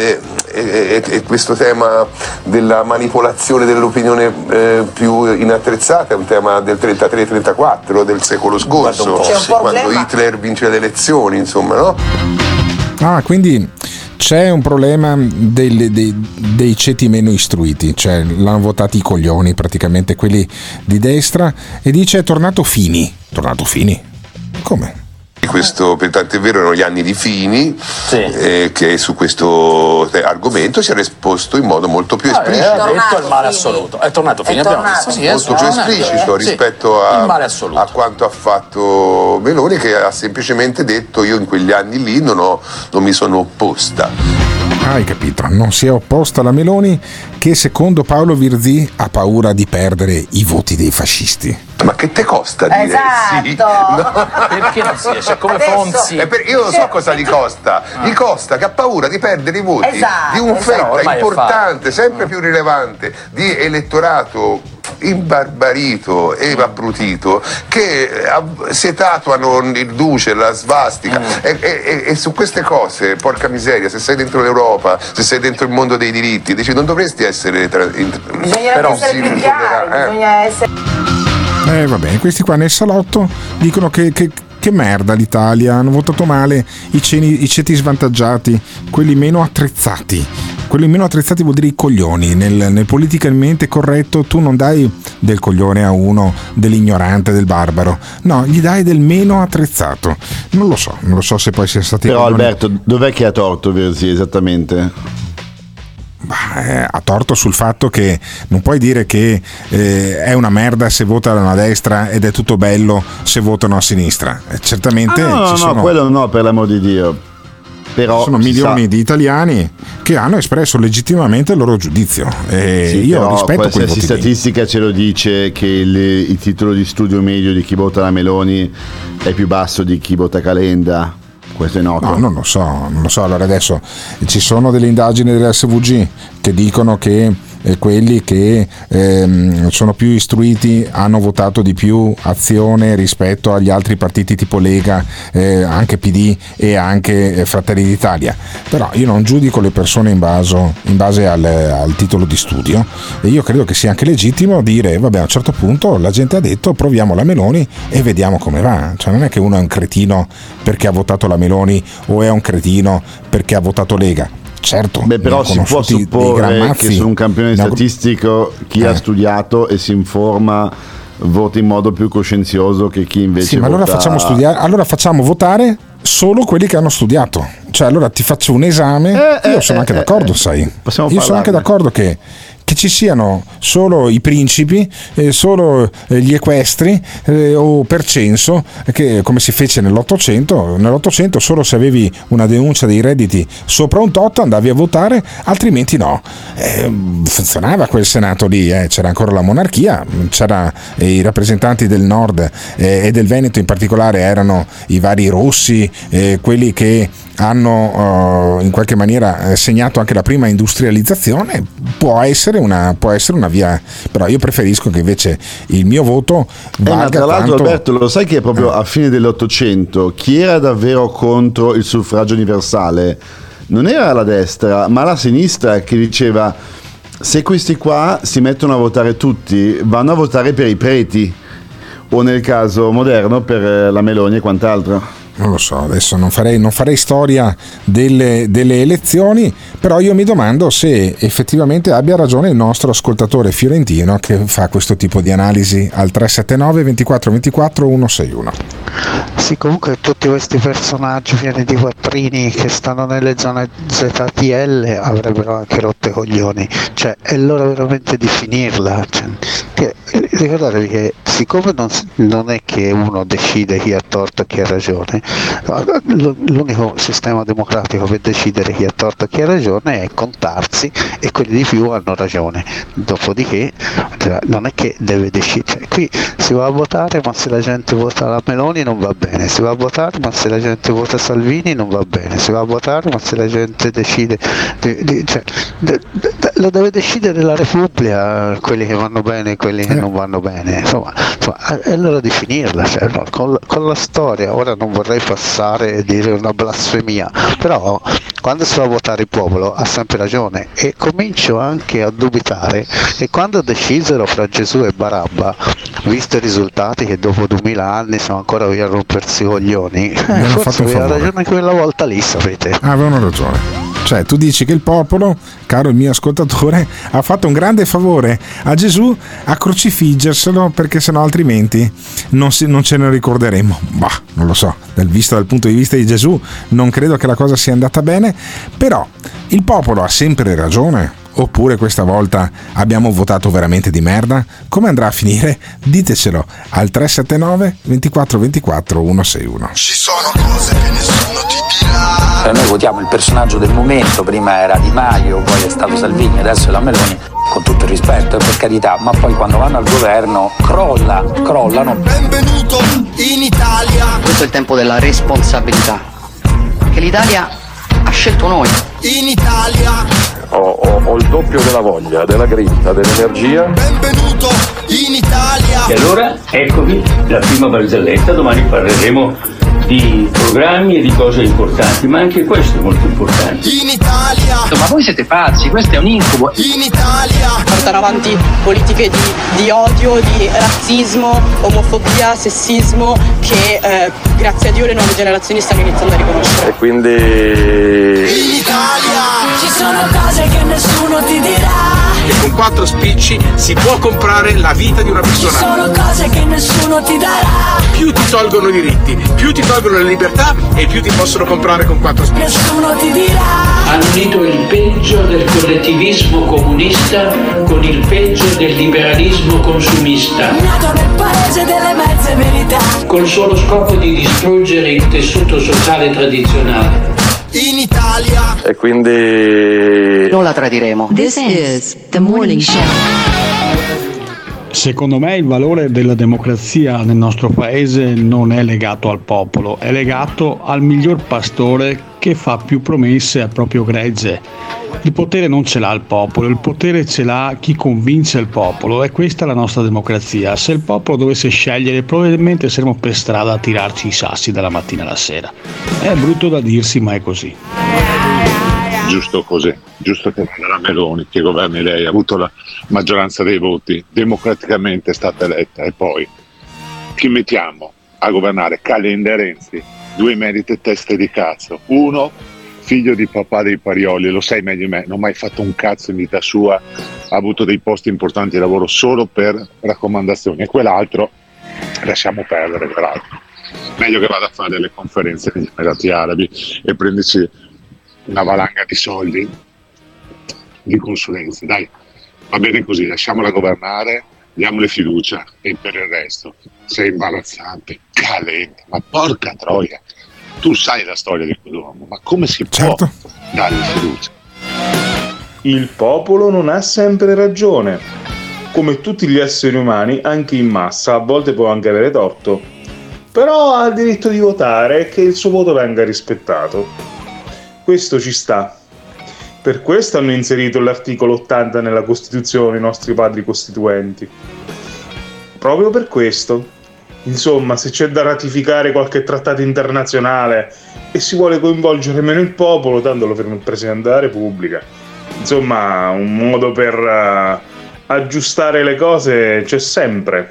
e questo tema della manipolazione dell'opinione più inattrezzata è un tema del 33-34 del secolo scorso, quando Hitler vince le elezioni, insomma, no? Quindi c'è un problema dei ceti meno istruiti, cioè l'hanno votati i coglioni, praticamente quelli di destra, e dice è tornato Fini. Come? Questo, per tanto è vero, erano gli anni di Fini, che su questo argomento si era esposto in modo molto più esplicito. Ha detto il male assoluto. È tornato Fini, abbiamo visto. Molto più esplicito rispetto a quanto ha fatto Meloni, che ha semplicemente detto: io in quegli anni lì non mi sono opposta. Hai capito? Non si è opposta alla Meloni, che secondo Paolo Virzì ha paura di perdere i voti dei fascisti. Ma che te costa dire sì? No. Perché non si esce come Fonzi? Io non so cosa gli costa. Gli costa che ha paura di perdere i voti di un fetta importante, sempre più rilevante, di elettorato imbarbarito e abbrutito, che si tatuano il duce, la svastica e su queste cose, porca miseria, se sei dentro l'Europa, se sei dentro il mondo dei diritti, dici non dovresti essere bisogna essere più chiari, bisogna essere. Vabbè, questi qua nel salotto dicono che merda l'Italia, hanno votato male i ceti svantaggiati, quelli meno attrezzati. Quelli meno attrezzati vuol dire i coglioni. Nel politicamente corretto tu non dai del coglione a uno, dell'ignorante, del barbaro, no, gli dai del meno attrezzato. Non lo so se poi sia stati. Però Alberto, dov'è che ha torto Verzi esattamente? Ha torto sul fatto che non puoi dire che è una merda se votano a destra ed è tutto bello se votano a sinistra. Certamente no, quello no, per l'amor di Dio. Però sono milioni di italiani che hanno espresso legittimamente il loro giudizio e io rispetto quei voti. Statistica ce lo dice che il titolo di studio medio di chi vota la Meloni è più basso di chi vota Calenda. Questo è noto. No, non lo so. Allora adesso ci sono delle indagini dell'SVG che dicono che quelli che sono più istruiti hanno votato di più Azione rispetto agli altri partiti tipo Lega, anche PD e anche Fratelli d'Italia. Però io non giudico le persone in base al titolo di studio, e io credo che sia anche legittimo dire vabbè, a un certo punto la gente ha detto proviamo la Meloni e vediamo come va. Cioè non è che uno è un cretino perché ha votato la Meloni o è un cretino perché ha votato Lega. Certo, però si può supporre che su un campione statistico chi ha studiato e si informa vota in modo più coscienzioso che chi invece ma allora facciamo votare solo quelli che hanno studiato. Cioè allora ti faccio un esame, io sono anche d'accordo, sai. Io sono anche d'accordo che che ci siano solo i principi, solo gli equestri o per censo, che come si fece nell'Ottocento solo se avevi una denuncia dei redditi sopra un tot andavi a votare, altrimenti no. Funzionava quel Senato lì, c'era ancora la monarchia, c'era i rappresentanti del nord e del Veneto in particolare, erano i vari Rossi, quelli che hanno in qualche maniera segnato anche la prima industrializzazione. Può essere una via, però io preferisco che invece il mio voto valga tra l'altro tanto... Alberto, lo sai che proprio a fine dell'Ottocento chi era davvero contro il suffragio universale non era la destra ma la sinistra, che diceva: se questi qua si mettono a votare tutti, vanno a votare per i preti, o nel caso moderno per la Meloni e quant'altro. Non lo so, adesso non farei storia delle elezioni, però io mi domando se effettivamente abbia ragione il nostro ascoltatore fiorentino che fa questo tipo di analisi al 379 24 24 161. Sì, comunque tutti questi personaggi pieni di quattrini che stanno nelle zone ZTL avrebbero anche rotto i coglioni, cioè è l'ora veramente di finirla. Ricordatevi che siccome non è che uno decide chi ha torto e chi ha ragione, l'unico sistema democratico per decidere chi ha torto e chi ha ragione è contarsi, e quelli di più hanno ragione. Dopodiché non è che deve decidere, qui si va a votare ma se la gente vota la Meloni non va bene, si va a votare ma se la gente vota Salvini non va bene, si va a votare ma se la gente decide lo deve decidere la Repubblica, quelli che vanno bene e quelli che non vanno bene, insomma è l'ora di finirla, con la storia. Ora non vorrei passare e dire una blasfemia, però quando si va a votare il popolo ha sempre ragione, e comincio anche a dubitare che quando decisero fra Gesù e Barabba, visto i risultati che dopo 2000 anni sono ancora qui a rompersi i coglioni, forse aveva ragione quella volta lì, sapete. Avevano ragione. Cioè tu dici che il popolo, caro il mio ascoltatore, ha fatto un grande favore a Gesù a crocifiggerselo, perché sennò altrimenti non ce ne ricorderemo. Non lo so, visto dal punto di vista di Gesù non credo che la cosa sia andata bene, però il popolo ha sempre ragione. Oppure questa volta abbiamo votato veramente di merda? Come andrà a finire? Ditecelo al 379 24 24 161. Ci sono cose che nessuno ti dirà. Noi votiamo il personaggio del momento, prima era Di Maio, poi è stato Salvini, adesso è la Meloni, con tutto il rispetto e per carità, ma poi quando vanno al governo crollano. Benvenuto in Italia. Questo è il tempo della responsabilità, che l'Italia ha scelto noi. In Italia. Ho il doppio della voglia, della grinta, dell'energia. Benvenuto in Italia. E allora eccovi la prima barzelletta. Domani parleremo di programmi e di cose importanti, ma anche questo è molto importante. In Italia. Ma voi siete pazzi, questo è un incubo. In Italia. Portano avanti politiche di odio, di razzismo, omofobia, sessismo che grazie a Dio le nuove generazioni stanno iniziando a riconoscere. E quindi in Italia ci sono cose che nessuno ti dirà. E con 4 spicci si può comprare la vita di una persona. Ci sono cose che nessuno ti darà. Più ti tolgono i diritti, più ti tolgono le libertà e più ti possono comprare con 4 spicci. Nessuno ti dirà. Hanno unito il peggio del collettivismo comunista con il peggio del liberalismo consumista. Nato nel paese delle mezze verità. Col solo scopo di distruggere il tessuto sociale tradizionale. In Italia. E quindi non la tradiremo. This is the morning show. Secondo me il valore della democrazia nel nostro paese non è legato al popolo, è legato al miglior pastore che fa più promesse al proprio gregge. Il potere non ce l'ha il popolo, il potere ce l'ha chi convince il popolo, e questa è la nostra democrazia. Se il popolo dovesse scegliere, probabilmente saremmo per strada a tirarci i sassi dalla mattina alla sera. È brutto da dirsi, ma è così. Giusto così, giusto che vada la Meloni, che governi lei, ha avuto la maggioranza dei voti, democraticamente è stata eletta, e poi chi mettiamo a governare? Calenda e Renzi, 2 merite teste di cazzo, uno figlio di papà dei Parioli, lo sai meglio di me, non ha mai fatto un cazzo in vita sua, ha avuto dei posti importanti di lavoro solo per raccomandazioni, e quell'altro lasciamo perdere, peraltro meglio che vada a fare delle conferenze negli Emirati Arabi e prendersi una valanga di soldi di consulenze, dai, Va bene così, lasciamola governare, diamole fiducia, e per il resto sei imbarazzante, calente, ma porca troia, tu sai la storia di quell'uomo, ma come si può dargli fiducia? Il popolo non ha sempre ragione. Come tutti gli esseri umani, anche in massa, a volte può anche avere torto. Però ha il diritto di votare e che il suo voto venga rispettato. Questo ci sta. Per questo hanno inserito l'articolo 80 nella Costituzione i nostri padri costituenti. Proprio per questo. Insomma, se c'è da ratificare qualche trattato internazionale e si vuole coinvolgere meno il popolo, tanto lo firma il Presidente della Repubblica. Insomma, un modo per aggiustare le cose c'è sempre.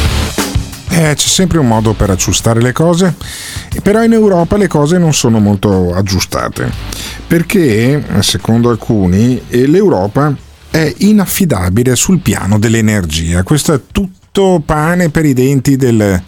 C'è sempre un modo per aggiustare le cose, però in Europa le cose non sono molto aggiustate, perché, secondo alcuni, l'Europa è inaffidabile sul piano dell'energia. Questo è tutto pane per i denti del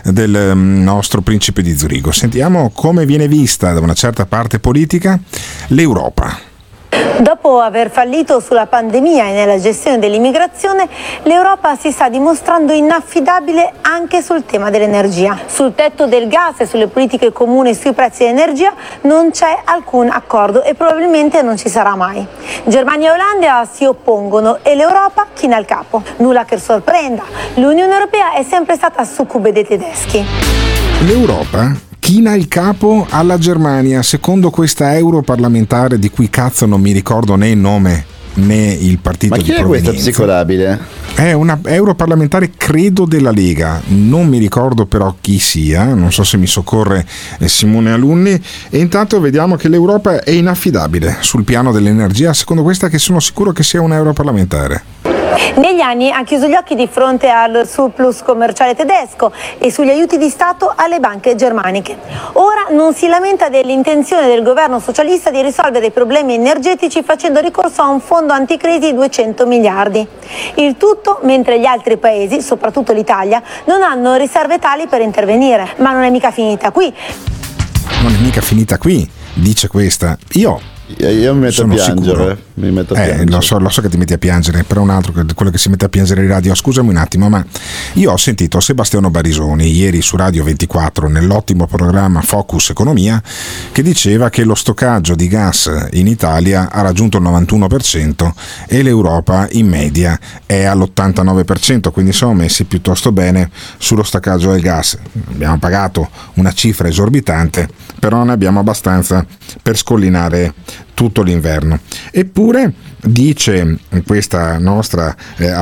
nostro principe di Zurigo. Sentiamo come viene vista da una certa parte politica l'Europa. Dopo aver fallito sulla pandemia e nella gestione dell'immigrazione, l'Europa si sta dimostrando inaffidabile anche sul tema dell'energia. Sul tetto del gas e sulle politiche comuni sui prezzi dell'energia non c'è alcun accordo e probabilmente non ci sarà mai. Germania e Olanda si oppongono e l'Europa china il capo. Nulla che sorprenda, l'Unione Europea è sempre stata succube dei tedeschi. L'Europa china il capo alla Germania, secondo questa europarlamentare di cui cazzo non mi ricordo né il nome né il partito di provenienza. Ma chi è questa psicolabile? È una europarlamentare, credo, della Lega, non mi ricordo però chi sia, non so se mi soccorre Simone Alunni. E intanto vediamo che l'Europa è inaffidabile sul piano dell'energia, secondo questa, che sono sicuro che sia una europarlamentare. Negli anni ha chiuso gli occhi di fronte al surplus commerciale tedesco e sugli aiuti di Stato alle banche germaniche. Ora non si lamenta dell'intenzione del governo socialista di risolvere i problemi energetici facendo ricorso a un fondo anticrisi di 200 miliardi. Il tutto mentre gli altri paesi, soprattutto l'Italia, non hanno riserve tali per intervenire. Ma non è mica finita qui. Non è mica finita qui, dice questa. Io mi metto a piangere. Lo so che ti metti a piangere, però un altro, quello che si mette a piangere in radio. Scusami un attimo, ma io ho sentito Sebastiano Barisoni ieri su Radio 24 nell'ottimo programma Focus Economia, che diceva che lo stoccaggio di gas in Italia ha raggiunto il 91% e l'Europa in media è all'89%, quindi siamo messi piuttosto bene sullo stoccaggio del gas. Abbiamo pagato una cifra esorbitante, però non ne abbiamo abbastanza per scollinare tutto l'inverno. Eppure, dice questa nostra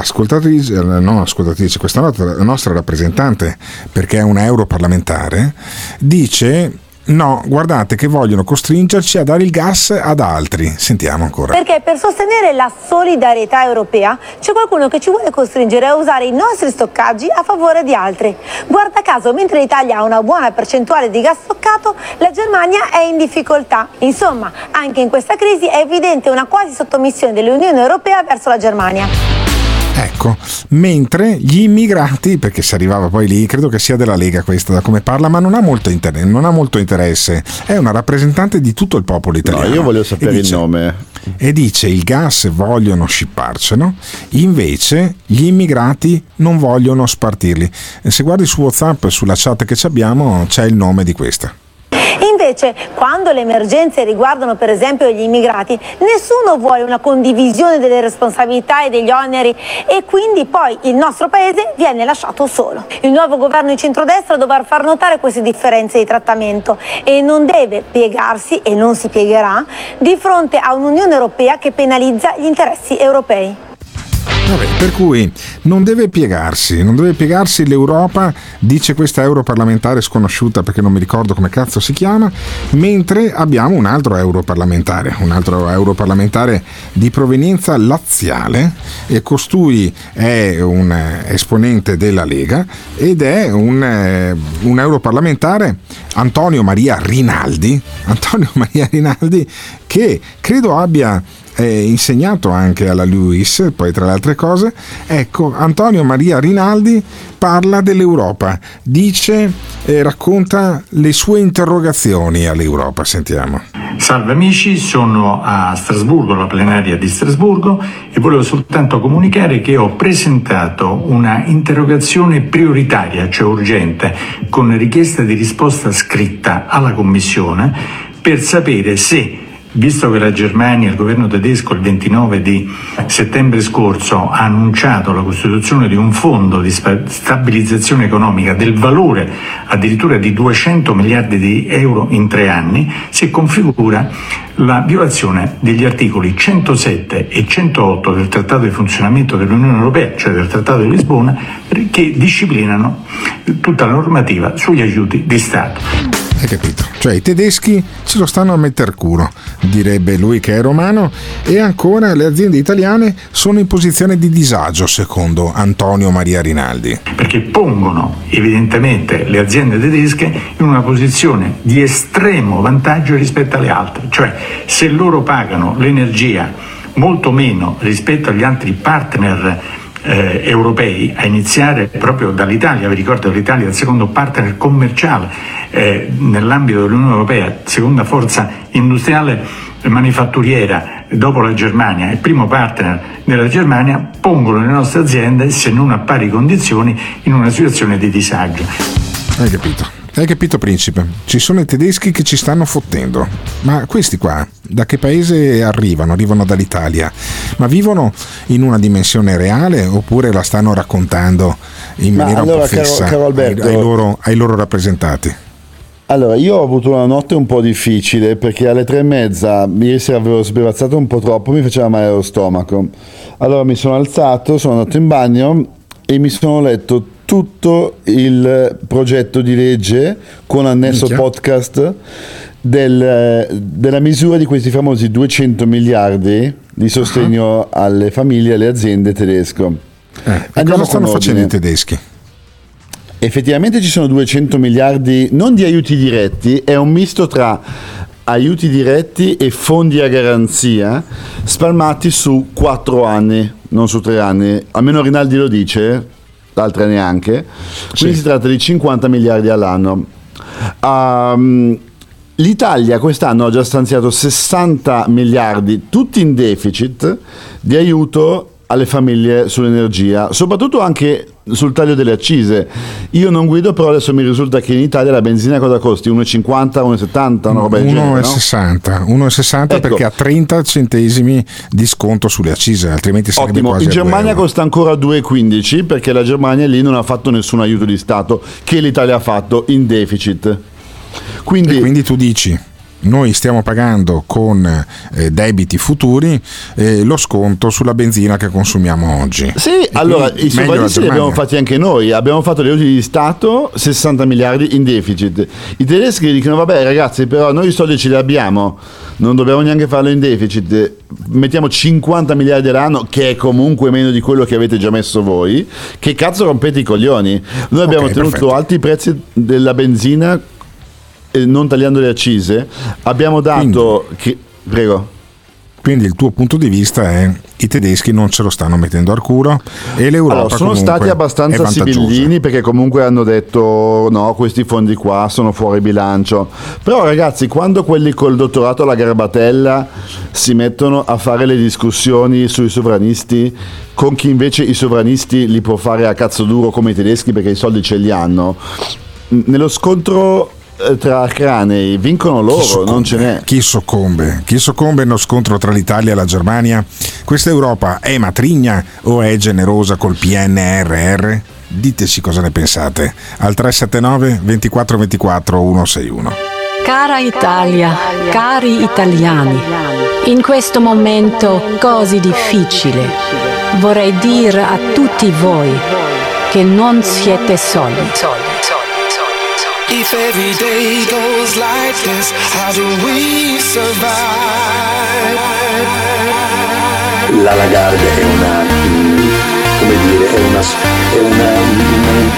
questa nostra rappresentante, perché è una europarlamentare, dice: no, guardate che vogliono costringerci a dare il gas ad altri. Sentiamo ancora. Perché per sostenere la solidarietà europea c'è qualcuno che ci vuole costringere a usare i nostri stoccaggi a favore di altri. Guarda caso, mentre l'Italia ha una buona percentuale di gas stoccato, la Germania è in difficoltà. Insomma, anche in questa crisi è evidente una quasi sottomissione dell'Unione Europea verso la Germania. Ecco, mentre gli immigrati, perché si arrivava poi lì, credo che sia della Lega questa, da come parla, ma non ha molto interesse, è una rappresentante di tutto il popolo italiano. No, io voglio sapere il nome. E dice: il gas vogliono scipparcelo, invece gli immigrati non vogliono spartirli. Se guardi su WhatsApp, sulla chat che abbiamo, c'è il nome di questa. Invece, quando le emergenze riguardano per esempio gli immigrati, nessuno vuole una condivisione delle responsabilità e degli oneri e quindi poi il nostro paese viene lasciato solo. Il nuovo governo di centrodestra dovrà far notare queste differenze di trattamento e non deve piegarsi, e non si piegherà, di fronte a un'Unione Europea che penalizza gli interessi europei. Vabbè, per cui non deve piegarsi l'Europa, dice questa europarlamentare sconosciuta perché non mi ricordo come cazzo si chiama, mentre abbiamo un altro europarlamentare di provenienza laziale, e costui è un esponente della Lega ed è un europarlamentare, Antonio Maria Rinaldi, che credo abbia insegnato anche alla LUISS, poi tra le altre cose. Ecco, Antonio Maria Rinaldi parla dell'Europa, dice: racconta le sue interrogazioni all'Europa. Sentiamo. Salve amici, sono a Strasburgo, alla plenaria di Strasburgo, e volevo soltanto comunicare che ho presentato una interrogazione prioritaria, cioè urgente, con richiesta di risposta scritta alla Commissione per sapere se, visto che la Germania, il governo tedesco il 29 di settembre scorso ha annunciato la costituzione di un fondo di stabilizzazione economica del valore addirittura di 200 miliardi di euro in 3 anni, si configura la violazione degli articoli 107 e 108 del Trattato di funzionamento dell'Unione Europea, cioè del Trattato di Lisbona, che disciplinano tutta la normativa sugli aiuti di Stato. Hai capito? Cioè i tedeschi ce lo stanno a metter culo, direbbe lui che è romano, e ancora le aziende italiane sono in posizione di disagio, secondo Antonio Maria Rinaldi. Perché pongono evidentemente le aziende tedesche in una posizione di estremo vantaggio rispetto alle altre, cioè se loro pagano l'energia molto meno rispetto agli altri partner europei, a iniziare proprio dall'Italia. Vi ricordo che l'Italia è il secondo partner commerciale nell'ambito dell'Unione Europea, seconda forza industriale manifatturiera dopo la Germania, il primo partner della Germania, pongono le nostre aziende, se non a pari condizioni, in una situazione di disagio. Hai capito principe? Ci sono i tedeschi che ci stanno fottendo. Ma questi qua, da che paese arrivano? Arrivano dall'Italia. Ma vivono in una dimensione reale oppure la stanno raccontando in maniera un po' fessa caro Alberto, ai loro rappresentati? Allora, io ho avuto una notte un po' difficile perché alle 3:30 ieri sera avevo sbevazzato un po' troppo, mi faceva male lo stomaco. Allora mi sono alzato, sono andato in bagno e mi sono letto tutto il progetto di legge con annesso podcast della misura di questi famosi 200 miliardi di sostegno alle famiglie e alle aziende tedesche. E cosa stanno facendo i tedeschi? Effettivamente ci sono 200 miliardi non di aiuti diretti, è un misto tra aiuti diretti e fondi a garanzia spalmati su 4 anni, non su 3 anni, almeno Rinaldi lo dice, l'altra neanche, quindi si tratta di 50 miliardi all'anno. L'Italia quest'anno ha già stanziato 60 miliardi, tutti in deficit, di aiuto alle famiglie sull'energia, soprattutto anche sul taglio delle accise. Io non guido, però adesso mi risulta che in Italia la benzina cosa costi? 1,50, 1,70, una roba del genere, 1,60, 1,60 ecco. Perché ha 30 centesimi di sconto sulle accise, altrimenti sarebbe ottimo. Quasi in Germania €2. costa ancora 2,15 perché la Germania lì non ha fatto nessun aiuto di Stato, che l'Italia ha fatto in deficit. Quindi tu dici: noi stiamo pagando con debiti futuri lo sconto sulla benzina che consumiamo oggi. Sì, allora i sovranisti li abbiamo fatti anche noi, abbiamo fatto gli aiuti di Stato, 60 miliardi in deficit. I tedeschi dicono: vabbè ragazzi, però noi i soldi ce li abbiamo, non dobbiamo neanche farlo in deficit, mettiamo 50 miliardi all'anno, che è comunque meno di quello che avete già messo voi. Che cazzo rompete i coglioni? Noi abbiamo tenuto alti i prezzi della benzina, non tagliando le accise, abbiamo dato prego. Quindi il tuo punto di vista è: i tedeschi non ce lo stanno mettendo al culo e l'Europa sono stati abbastanza sibillini, perché comunque hanno detto no, questi fondi qua sono fuori bilancio. Però ragazzi, quando quelli col dottorato alla garbatella si mettono a fare le discussioni sui sovranisti con chi invece i sovranisti li può fare a cazzo duro come i tedeschi, perché i soldi ce li hanno, nello scontro tra cranei vincono loro, non ce n'è. Chi soccombe nello scontro tra l'Italia e la Germania? Questa Europa è matrigna o è generosa col PNRR? Diteci cosa ne pensate al 379 24 24 161. Cara Italia, cari italiani, in questo momento così difficile vorrei dire a tutti voi che non siete soli. If every day goes like this, how do we survive? La Lagarde è una, come dire,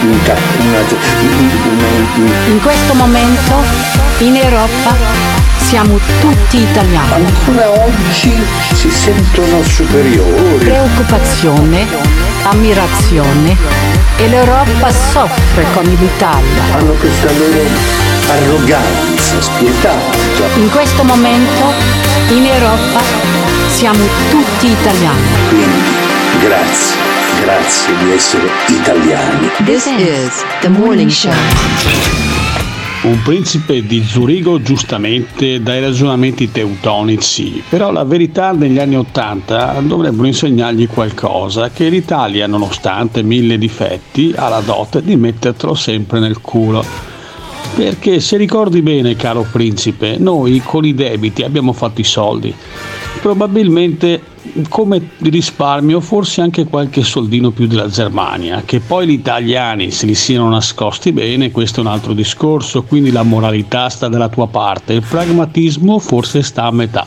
in questo momento in Europa siamo tutti italiani. Ancora oggi si sentono superiori. Preoccupazione, ammirazione e l'Europa soffre con l'Italia. Hanno questa loro arroganza spietata. In questo momento in Europa siamo tutti italiani. Quindi grazie di essere italiani. This is the morning show. Un principe di Zurigo giustamente dai ragionamenti teutonici, però la verità negli anni '80 dovrebbero insegnargli qualcosa, che l'Italia, nonostante 1000 difetti, ha la dote di mettertelo sempre nel culo. Perché se ricordi bene, caro principe, noi con i debiti abbiamo fatto i soldi. Probabilmente come risparmio forse anche qualche soldino più della Germania. Che poi gli italiani se li siano nascosti bene, questo è un altro discorso, quindi la moralità sta dalla tua parte, il pragmatismo forse sta a metà.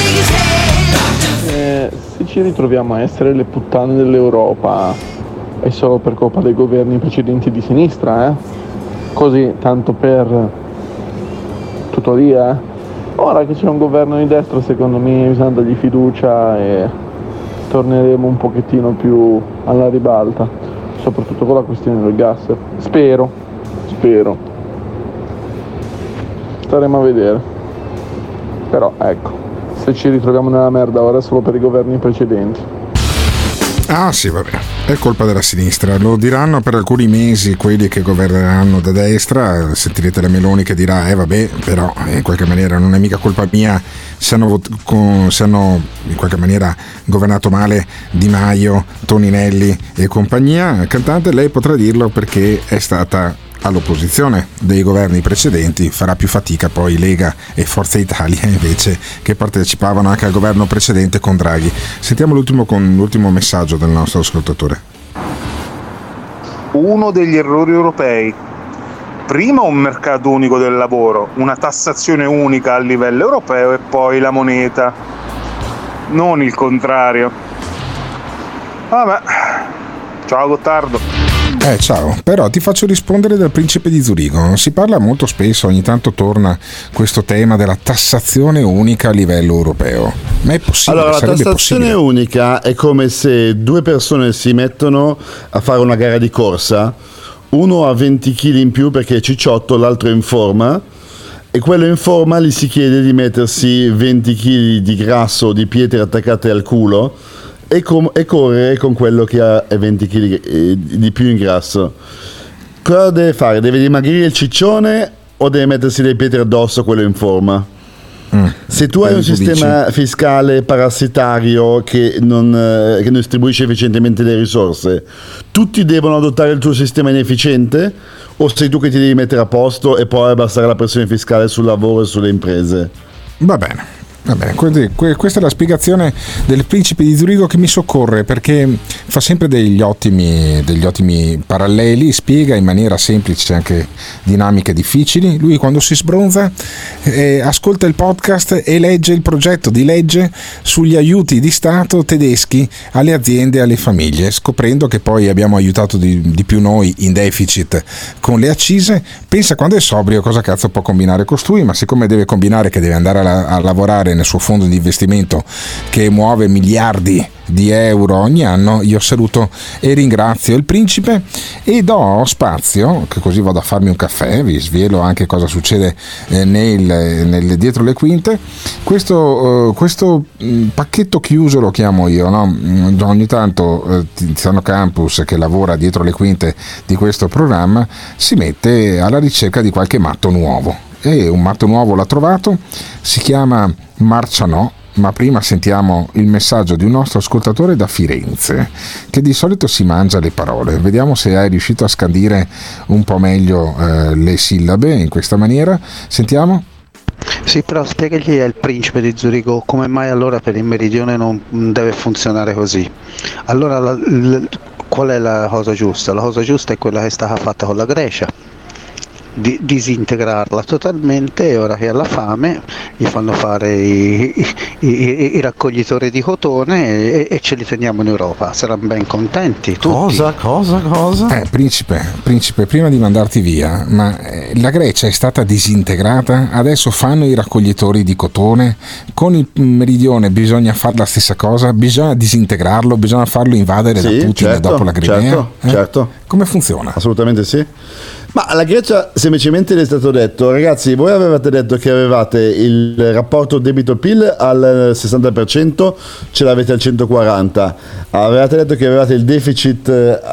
Se ci ritroviamo a essere le puttane dell'Europa è solo per colpa dei governi precedenti di sinistra, così tanto per tutto lì, Ora che c'è un governo di destra, secondo me bisogna dargli fiducia e torneremo un pochettino più alla ribalta, soprattutto con la questione del gas. Spero. Staremo a vedere. Però ecco, se ci ritroviamo nella merda ora è solo per i governi precedenti. Ah sì, vabbè, è colpa della sinistra, lo diranno per alcuni mesi quelli che governeranno da destra, sentirete la Meloni che dirà vabbè, però in qualche maniera non è mica colpa mia se hanno in qualche maniera governato male Di Maio, Toninelli e compagnia. Cantante, lei potrà dirlo perché è stata all'opposizione dei governi precedenti, farà più fatica poi Lega e Forza Italia invece, che partecipavano anche al governo precedente con Draghi. Sentiamo l'ultimo messaggio del nostro ascoltatore. Uno degli errori europei: prima un mercato unico del lavoro, una tassazione unica a livello europeo e poi la moneta, non il contrario. Vabbè, ciao Gottardo. Ciao, però ti faccio rispondere del principe di Zurigo. Si parla molto spesso, ogni tanto torna questo tema della tassazione unica a livello europeo. Ma è possibile? Allora, la tassazione unica è come se due persone si mettono a fare una gara di corsa, uno ha 20 kg in più perché è cicciotto, l'altro è in forma, e quello in forma gli si chiede di mettersi 20 kg di grasso o di pietre attaccate al culo e correre con quello che ha 20 kg di più in grasso. Cosa deve fare? Deve dimagrire il ciccione o deve mettersi le pietre addosso quello in forma? Se tu hai un sistema fiscale parassitario che non distribuisce efficientemente le risorse, tutti devono adottare il tuo sistema inefficiente, o sei tu che ti devi mettere a posto e poi abbassare la pressione fiscale sul lavoro e sulle imprese? Va bene, questa è la spiegazione del principe di Zurigo che mi soccorre, perché fa sempre degli ottimi paralleli, spiega in maniera semplice anche dinamiche difficili. Lui quando si sbronza ascolta il podcast e legge il progetto di legge sugli aiuti di Stato tedeschi alle aziende e alle famiglie, scoprendo che poi abbiamo aiutato di più noi in deficit con le accise. Pensa, quando è sobrio cosa cazzo può combinare costui, ma siccome deve combinare che deve andare a lavorare nel suo fondo di investimento che muove miliardi di euro ogni anno, io saluto e ringrazio il principe e do spazio, che così vado a farmi un caffè, vi svelo anche cosa succede nel dietro le quinte. Questo pacchetto chiuso lo chiamo io, no? Ogni tanto Tiziano Campus, che lavora dietro le quinte di questo programma, si mette alla ricerca di qualche matto nuovo, e un matto nuovo l'ha trovato, si chiama Marcia No. Ma prima sentiamo il messaggio di un nostro ascoltatore da Firenze, che di solito si mangia le parole. Vediamo se hai riuscito a scandire un po' meglio le sillabe in questa maniera. Sentiamo. Sì, però spiegagli al principe di Zurigo come mai allora per il meridione non deve funzionare così. Allora qual è la cosa giusta? La cosa giusta è quella che è stata fatta con la Grecia. disintegrarla totalmente, e ora che ha la fame gli fanno fare i raccoglitori di cotone e ce li teniamo in Europa. Saranno ben contenti tutti. Cosa? Principe, prima di mandarti via, ma la Grecia è stata disintegrata, adesso fanno i raccoglitori di cotone, con il meridione bisogna fare la stessa cosa, bisogna disintegrarlo, bisogna farlo invadere da Putin dopo la Crimea. Certo. Come funziona? Assolutamente sì. Ma alla Grecia semplicemente le è stato detto: ragazzi, voi avevate detto che avevate il rapporto debito-PIL al 60%, ce l'avete al 140%, avevate detto che avevate il deficit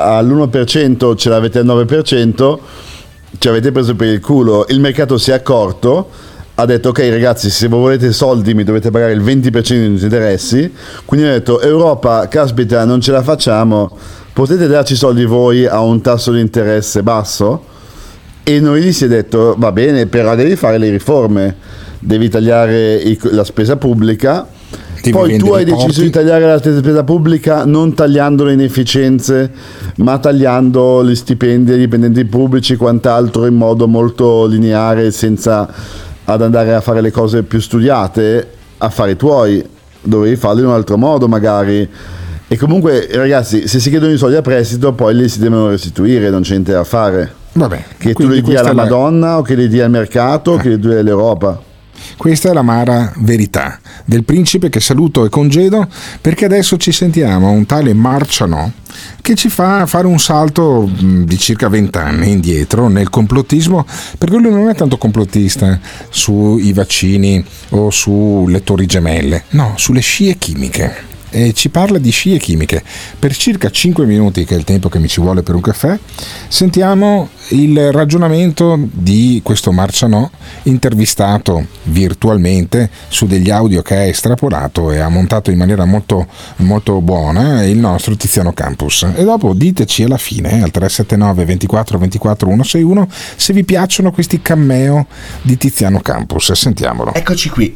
all'1%, ce l'avete al 9%, ci avete preso per il culo. Il mercato si è accorto, ha detto: ok ragazzi, se voi volete soldi mi dovete pagare il 20% di interessi. Quindi ha detto: Europa, caspita, non ce la facciamo, potete darci soldi voi a un tasso di interesse basso? E noi gli si è detto: va bene, però devi fare le riforme, devi tagliare la spesa pubblica. Poi tu hai deciso di tagliare la spesa pubblica non tagliando le inefficienze, ma tagliando gli stipendi ai dipendenti pubblici e quant'altro in modo molto lineare, senza ad andare a fare le cose più studiate, affari tuoi, dovevi farlo in un altro modo magari. E comunque ragazzi, se si chiedono i soldi a prestito poi li si devono restituire, non c'è niente da fare. Vabbè, che tu li dia alla Madonna o che li dia al mercato o che li dia all'Europa. Questa è l'amara verità del principe, che saluto e congedo, perché adesso ci sentiamo un tale Marciano che ci fa fare un salto di circa 20 anni indietro nel complottismo, perché lui non è tanto complottista sui vaccini o sulle torri gemelle, no, sulle scie chimiche. E ci parla di scie chimiche per circa 5 minuti, che è il tempo che mi ci vuole per un caffè. Sentiamo il ragionamento di questo Marciano, intervistato virtualmente su degli audio che ha estrapolato e ha montato in maniera molto, molto buona il nostro Tiziano Campus. E dopo diteci alla fine al 379 24 24 161 se vi piacciono questi cameo di Tiziano Campus. Sentiamolo. Eccoci qui.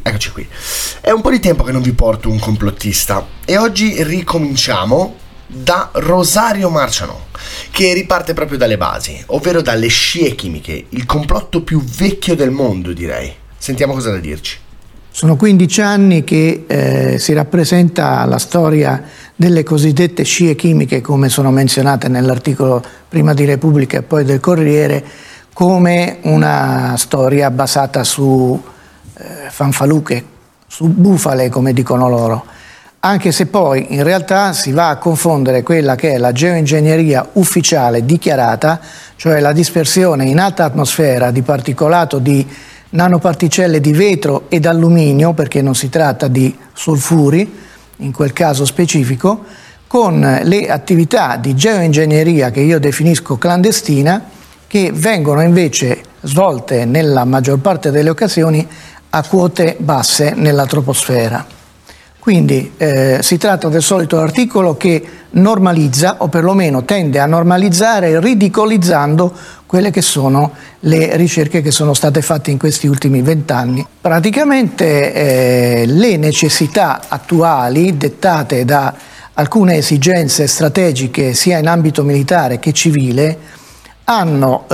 È un po' di tempo che non vi porto un complottista e oggi ricominciamo da Rosario Marciano, che riparte proprio dalle basi, ovvero dalle scie chimiche, il complotto più vecchio del mondo, direi. Sentiamo cosa da dirci. Sono 15 anni che si rappresenta la storia delle cosiddette scie chimiche, come sono menzionate nell'articolo prima di Repubblica e poi del Corriere, come una storia basata su fanfaluche, su bufale, come dicono loro. Anche se poi in realtà si va a confondere quella che è la geoingegneria ufficiale dichiarata, cioè la dispersione in alta atmosfera di particolato di nanoparticelle di vetro ed alluminio, perché non si tratta di sulfuri in quel caso specifico, con le attività di geoingegneria che io definisco clandestina, che vengono invece svolte nella maggior parte delle occasioni a quote basse nella troposfera. Quindi si tratta del solito articolo che normalizza, o perlomeno tende a normalizzare, ridicolizzando quelle che sono le ricerche che sono state fatte in questi ultimi 20 anni. Praticamente le necessità attuali, dettate da alcune esigenze strategiche sia in ambito militare che civile, hanno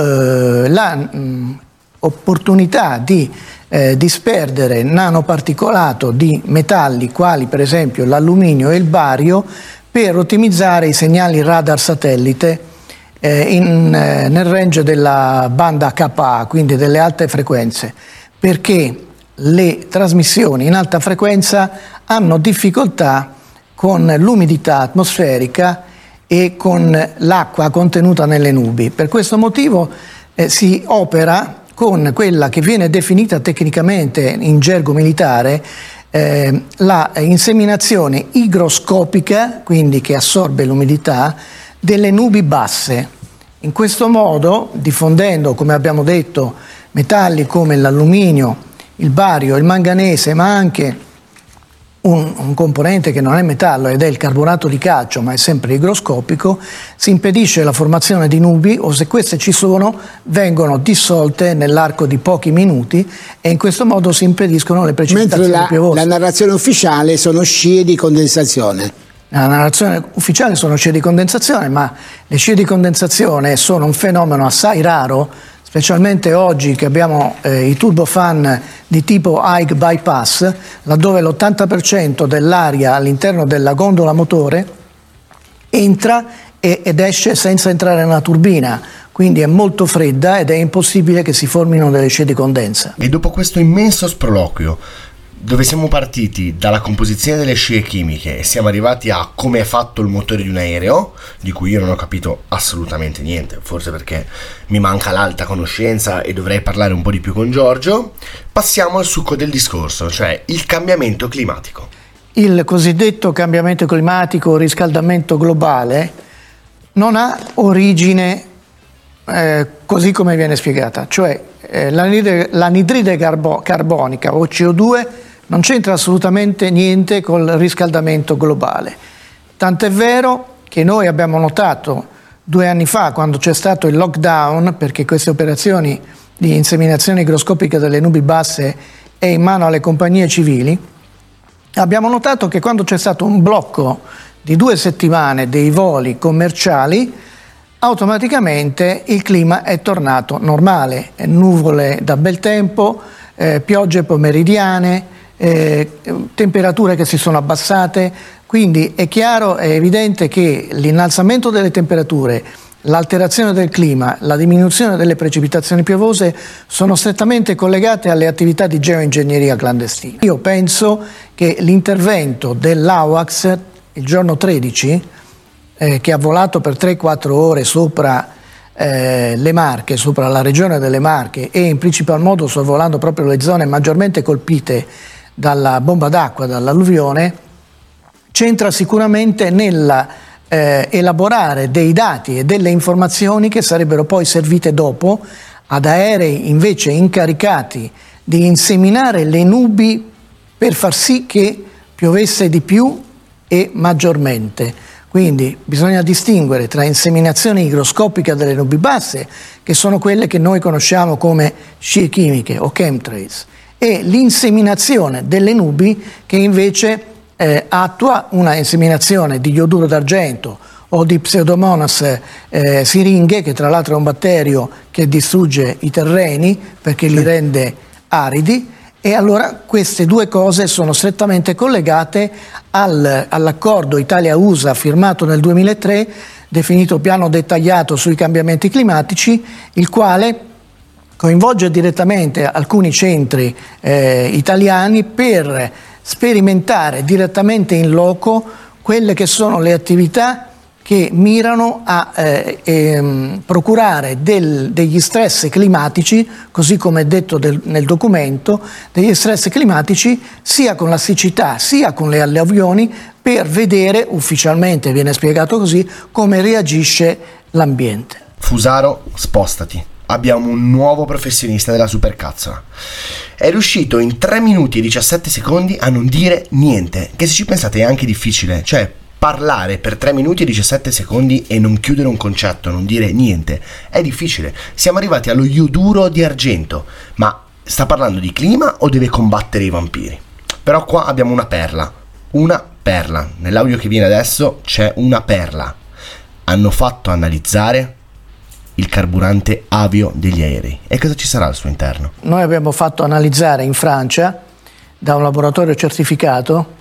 l'opportunità di disperdere nanoparticolato di metalli quali per esempio l'alluminio e il bario per ottimizzare i segnali radar satellite nel range della banda Ka, quindi delle alte frequenze, perché le trasmissioni in alta frequenza hanno difficoltà con l'umidità atmosferica e con l'acqua contenuta nelle nubi. Per questo motivo si opera con quella che viene definita tecnicamente in gergo militare la inseminazione igroscopica, quindi che assorbe l'umidità, delle nubi basse. In questo modo, diffondendo, come abbiamo detto, metalli come l'alluminio, il bario, il manganese, ma anche un componente che non è metallo ed è il carbonato di calcio, ma è sempre igroscopico, si impedisce la formazione di nubi, o se queste ci sono vengono dissolte nell'arco di pochi minuti, e in questo modo si impediscono le precipitazioni piovose. La narrazione ufficiale sono scie di condensazione. La narrazione ufficiale sono scie di condensazione, ma le scie di condensazione sono un fenomeno assai raro, specialmente oggi che abbiamo i turbofan di tipo high bypass, laddove l'80% dell'aria all'interno della gondola motore entra ed esce senza entrare nella turbina, quindi è molto fredda ed è impossibile che si formino delle scie di condensa. E dopo questo immenso sproloquio, dove siamo partiti dalla composizione delle scie chimiche e siamo arrivati a come è fatto il motore di un aereo, di cui io non ho capito assolutamente niente, forse perché mi manca l'alta conoscenza e dovrei parlare un po' di più con Giorgio, passiamo al succo del discorso, cioè il cambiamento climatico. Il cosiddetto cambiamento climatico o riscaldamento globale non ha origine così come viene spiegata, cioè l'anidride carbonica o CO2 non c'entra assolutamente niente col riscaldamento globale. Tant'è vero che noi abbiamo notato 2 anni fa, quando c'è stato il lockdown, perché queste operazioni di inseminazione igroscopica delle nubi basse è in mano alle compagnie civili, abbiamo notato che quando c'è stato un blocco di 2 settimane dei voli commerciali, automaticamente il clima è tornato normale, nuvole da bel tempo, piogge pomeridiane, temperature che si sono abbassate, quindi è chiaro, è evidente che l'innalzamento delle temperature, l'alterazione del clima, la diminuzione delle precipitazioni piovose sono strettamente collegate alle attività di geoingegneria clandestina. Io penso che l'intervento dell'AWACS il giorno 13, che ha volato per 3-4 ore sopra le Marche, sopra la regione delle Marche e in principal modo sorvolando proprio le zone maggiormente colpite dalla bomba d'acqua, dall'alluvione, c'entra sicuramente nella elaborare dei dati e delle informazioni che sarebbero poi servite dopo ad aerei invece incaricati di inseminare le nubi per far sì che piovesse di più e maggiormente. Quindi bisogna distinguere tra inseminazione igroscopica delle nubi basse, che sono quelle che noi conosciamo come scie chimiche o chemtrails, e l'inseminazione delle nubi che invece attua una inseminazione di ioduro d'argento o di Pseudomonas syringae, che tra l'altro è un batterio che distrugge i terreni perché li rende aridi. E allora queste 2 cose sono strettamente collegate all'accordo Italia-USA firmato nel 2003, definito piano dettagliato sui cambiamenti climatici, il quale coinvolge direttamente alcuni centri italiani per sperimentare direttamente in loco quelle che sono le attività che mirano a procurare degli stress climatici, così come è detto nel documento, degli stress climatici sia con la siccità sia con le alluvioni, per vedere, ufficialmente viene spiegato così, come reagisce l'ambiente. Fusaro, spostati. Abbiamo un nuovo professionista della supercazzola. È riuscito in 3 minuti e 17 secondi a non dire niente, che se ci pensate è anche difficile, cioè parlare per 3 minuti e 17 secondi e non chiudere un concetto, non dire niente, è difficile. Siamo arrivati allo ioduro di argento, ma sta parlando di clima o deve combattere i vampiri? Però qua abbiamo una perla, nell'audio che viene adesso c'è una perla. Hanno fatto analizzare il carburante avio degli aerei. E cosa ci sarà al suo interno? Noi abbiamo fatto analizzare in Francia, da un laboratorio certificato,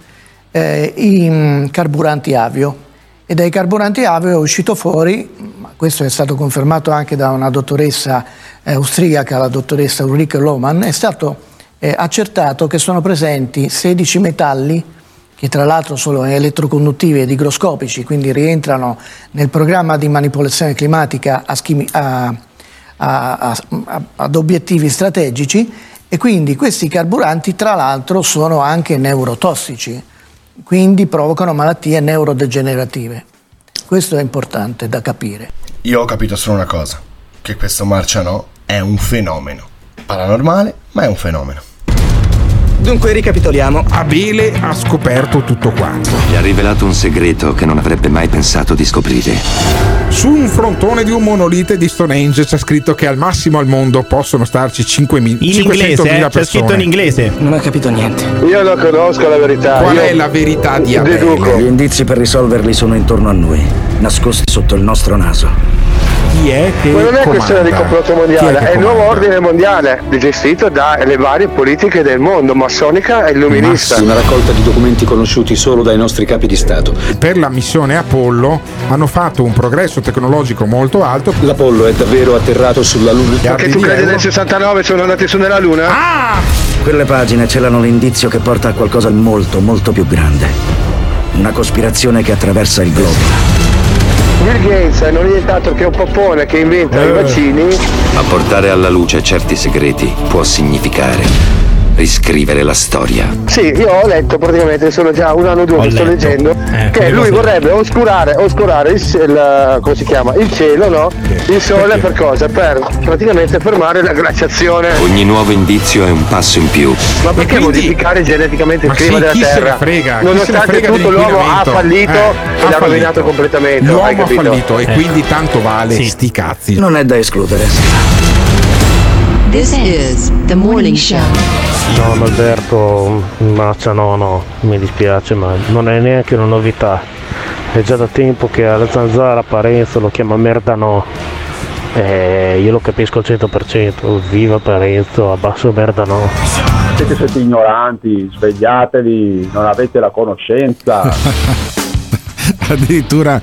i carburanti avio, e dai carburanti avio è uscito fuori, ma questo è stato confermato anche da una dottoressa austriaca, la dottoressa Ulrike Lohmann, è stato accertato che sono presenti 16 metalli che tra l'altro sono elettroconduttivi ed igroscopici, quindi rientrano nel programma di manipolazione climatica ad obiettivi strategici, e quindi questi carburanti tra l'altro sono anche neurotossici, quindi provocano malattie neurodegenerative. Questo è importante da capire. Io ho capito solo una cosa, che questo Marcianò è un fenomeno paranormale, ma è un fenomeno. Dunque ricapitoliamo. Abele ha scoperto tutto quanto. Gli ha rivelato un segreto che non avrebbe mai pensato di scoprire. Su un frontone di un monolite di Stonehenge c'è scritto che al massimo al mondo possono starci 500.000 persone. C'è scritto in inglese. Non ho capito niente. Io non conosco la verità. Qual è la verità di Abele? Deduco. Gli indizi per risolverli sono intorno a noi, nascosti sotto il nostro naso. chi è che ma non è comanda? questione di complotto mondiale, è il nuovo comanda? ordine mondiale gestito dalle varie politiche del mondo, massonica e illuminista. Una raccolta di documenti conosciuti solo dai nostri capi di Stato. Per la missione Apollo hanno fatto un progresso tecnologico molto alto. L'Apollo è davvero atterrato sulla Luna. Perché tu credi nel 69 sono andati su nella Luna? Quelle pagine celano l'indizio che porta a qualcosa di molto, molto più grande. Una cospirazione che attraversa il globo. Bill Gates non è nient'altro che un poppone che inventa i vaccini. Ma portare alla luce certi segreti può significare riscrivere la storia. Sì, io ho letto praticamente, sono già un anno o due che sto leggendo, che lui vorrebbe oscurare come si chiama? Il cielo, no? Il sole per cosa? Per praticamente fermare la glaciazione. Ogni nuovo indizio è un passo in più. Ma perché modificare geneticamente il clima della Terra? Nonostante tutto l'uomo ha fallito e l'ha rovinato completamente. L'uomo ha fallito e quindi tanto vale sti cazzi. Non è da escludere. This is the morning show. No, Alberto, no, mi dispiace, ma non è neanche una novità. È già da tempo che alla zanzara Parenzo lo chiama Merdano. Io lo capisco al 100%. Viva Parenzo, abbasso Merdano. Siete ignoranti, svegliatevi, non avete la conoscenza. addirittura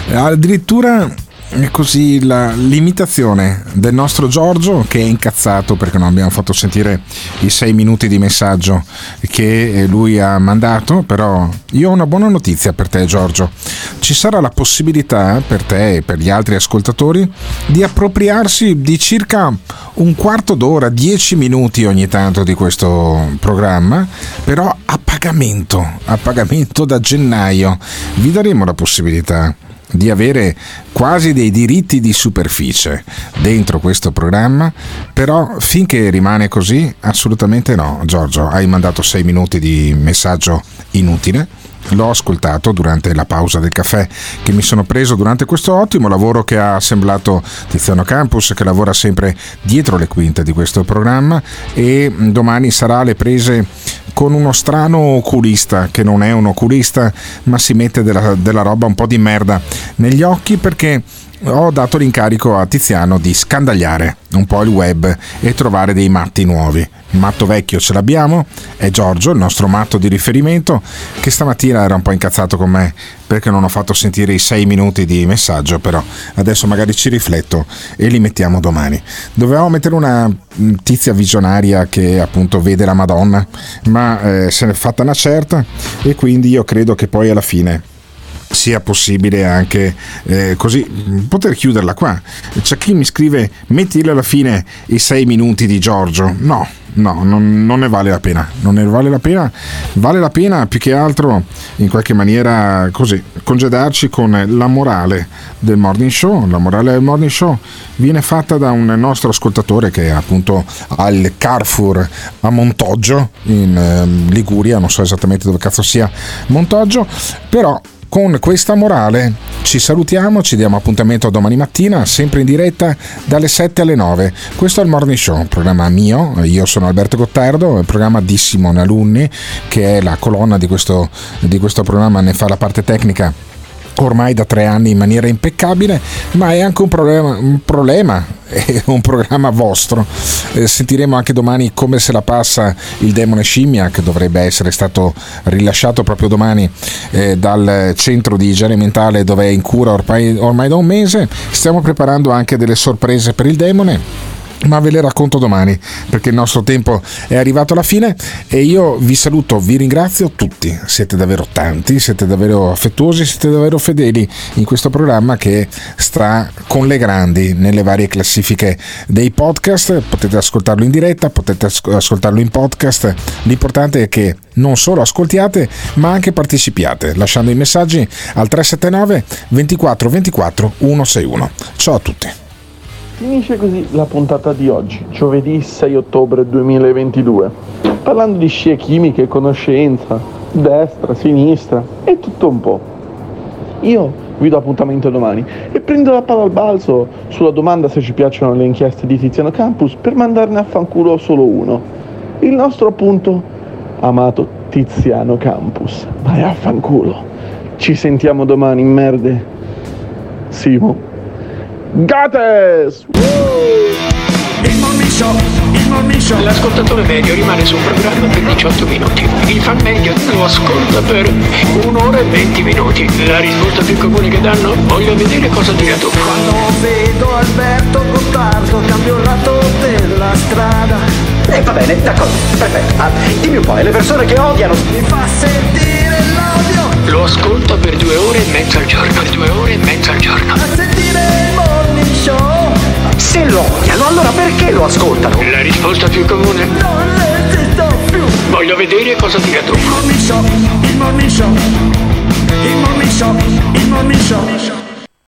è così l'imitazione del nostro Giorgio, che è incazzato perché non abbiamo fatto sentire i 6 minuti di messaggio che lui ha mandato. Però io ho una buona notizia per te, Giorgio. Ci sarà la possibilità per te e per gli altri ascoltatori di appropriarsi di circa un quarto d'ora, 10 minuti ogni tanto di questo programma, però a pagamento da gennaio. Vi daremo la possibilità di avere quasi dei diritti di superficie dentro questo programma, però finché rimane così assolutamente no. Giorgio, hai mandato 6 minuti di messaggio inutile. L'ho ascoltato durante la pausa del caffè che mi sono preso durante questo ottimo lavoro che ha assemblato Tiziano Campus, che lavora sempre dietro le quinte di questo programma, e domani sarà alle prese con uno strano oculista che non è un oculista, ma si mette della roba un po' di merda negli occhi, perché ho dato l'incarico a Tiziano di scandagliare un po' il web e trovare dei matti nuovi. Il matto vecchio ce l'abbiamo, è Giorgio, il nostro matto di riferimento, che stamattina era un po' incazzato con me perché non ho fatto sentire i 6 minuti di messaggio, però adesso magari ci rifletto e li mettiamo domani. Dovevamo mettere una tizia visionaria che appunto vede la Madonna, ma se n'è fatta una certa, e quindi io credo che poi alla fine sia possibile anche così poter chiuderla qua. C'è chi mi scrive: mettile alla fine i 6 minuti di Giorgio. No, non ne vale la pena. Vale la pena più che altro in qualche maniera così congedarci con la morale del morning show. La morale del morning show viene fatta da un nostro ascoltatore che è appunto al Carrefour a Montoggio in Liguria, non so esattamente dove cazzo sia Montoggio, però con questa morale ci salutiamo, ci diamo appuntamento domani mattina, sempre in diretta dalle 7 alle 9. Questo è il Morning Show, un programma mio, io sono Alberto Gottardo, è un programma di Simone Alunni, che è la colonna di questo programma, ne fa la parte tecnica ormai da 3 anni in maniera impeccabile, ma è anche un problema, è un programma vostro. Sentiremo anche domani come se la passa il demone scimmia, che dovrebbe essere stato rilasciato proprio domani dal centro di igiene mentale dove è in cura ormai da un mese. Stiamo preparando anche delle sorprese per il demone, ma ve le racconto domani, perché il nostro tempo è arrivato alla fine e io vi saluto, vi ringrazio tutti, siete davvero tanti, siete davvero affettuosi, siete davvero fedeli in questo programma che sta con le grandi nelle varie classifiche dei podcast. Potete ascoltarlo in diretta, potete ascoltarlo in podcast, l'importante è che non solo ascoltiate ma anche partecipiate lasciando i messaggi al 379 24 24 161. Ciao a tutti. Finisce così la puntata di oggi, giovedì 6 ottobre 2022, parlando di scie chimiche, conoscenza, destra, sinistra e tutto un po'. Io vi do appuntamento domani e prendo la palla al balzo sulla domanda se ci piacciono le inchieste di Tiziano Campus per mandarne a fanculo solo uno. Il nostro appunto amato Tiziano Campus. Vai a fanculo. Ci sentiamo domani, merde. Simo. Gates! Il Morning Show. L'ascoltatore medio rimane sul programma per 18 minuti. Il fan medio lo ascolta per 1 ora e 20 minuti. La risposta più comune che danno: voglio vedere cosa dirà tu. Quando vedo Alberto Gottardo cambio il lato della strada. Va bene, d'accordo, perfetto. Dimmi un po', le persone che odiano mi fa sentire l'odio. Lo ascolta per 2 ore e mezza al giorno. Per 2 ore e mezza al giorno. A sentire il Morning Show. Se lo odiano, allora perché lo ascoltano? La risposta più comune: non esisto più. Voglio vedere cosa dirà tu. Il Morning Show, il Morning Show, il Morning Show, il Morning Show.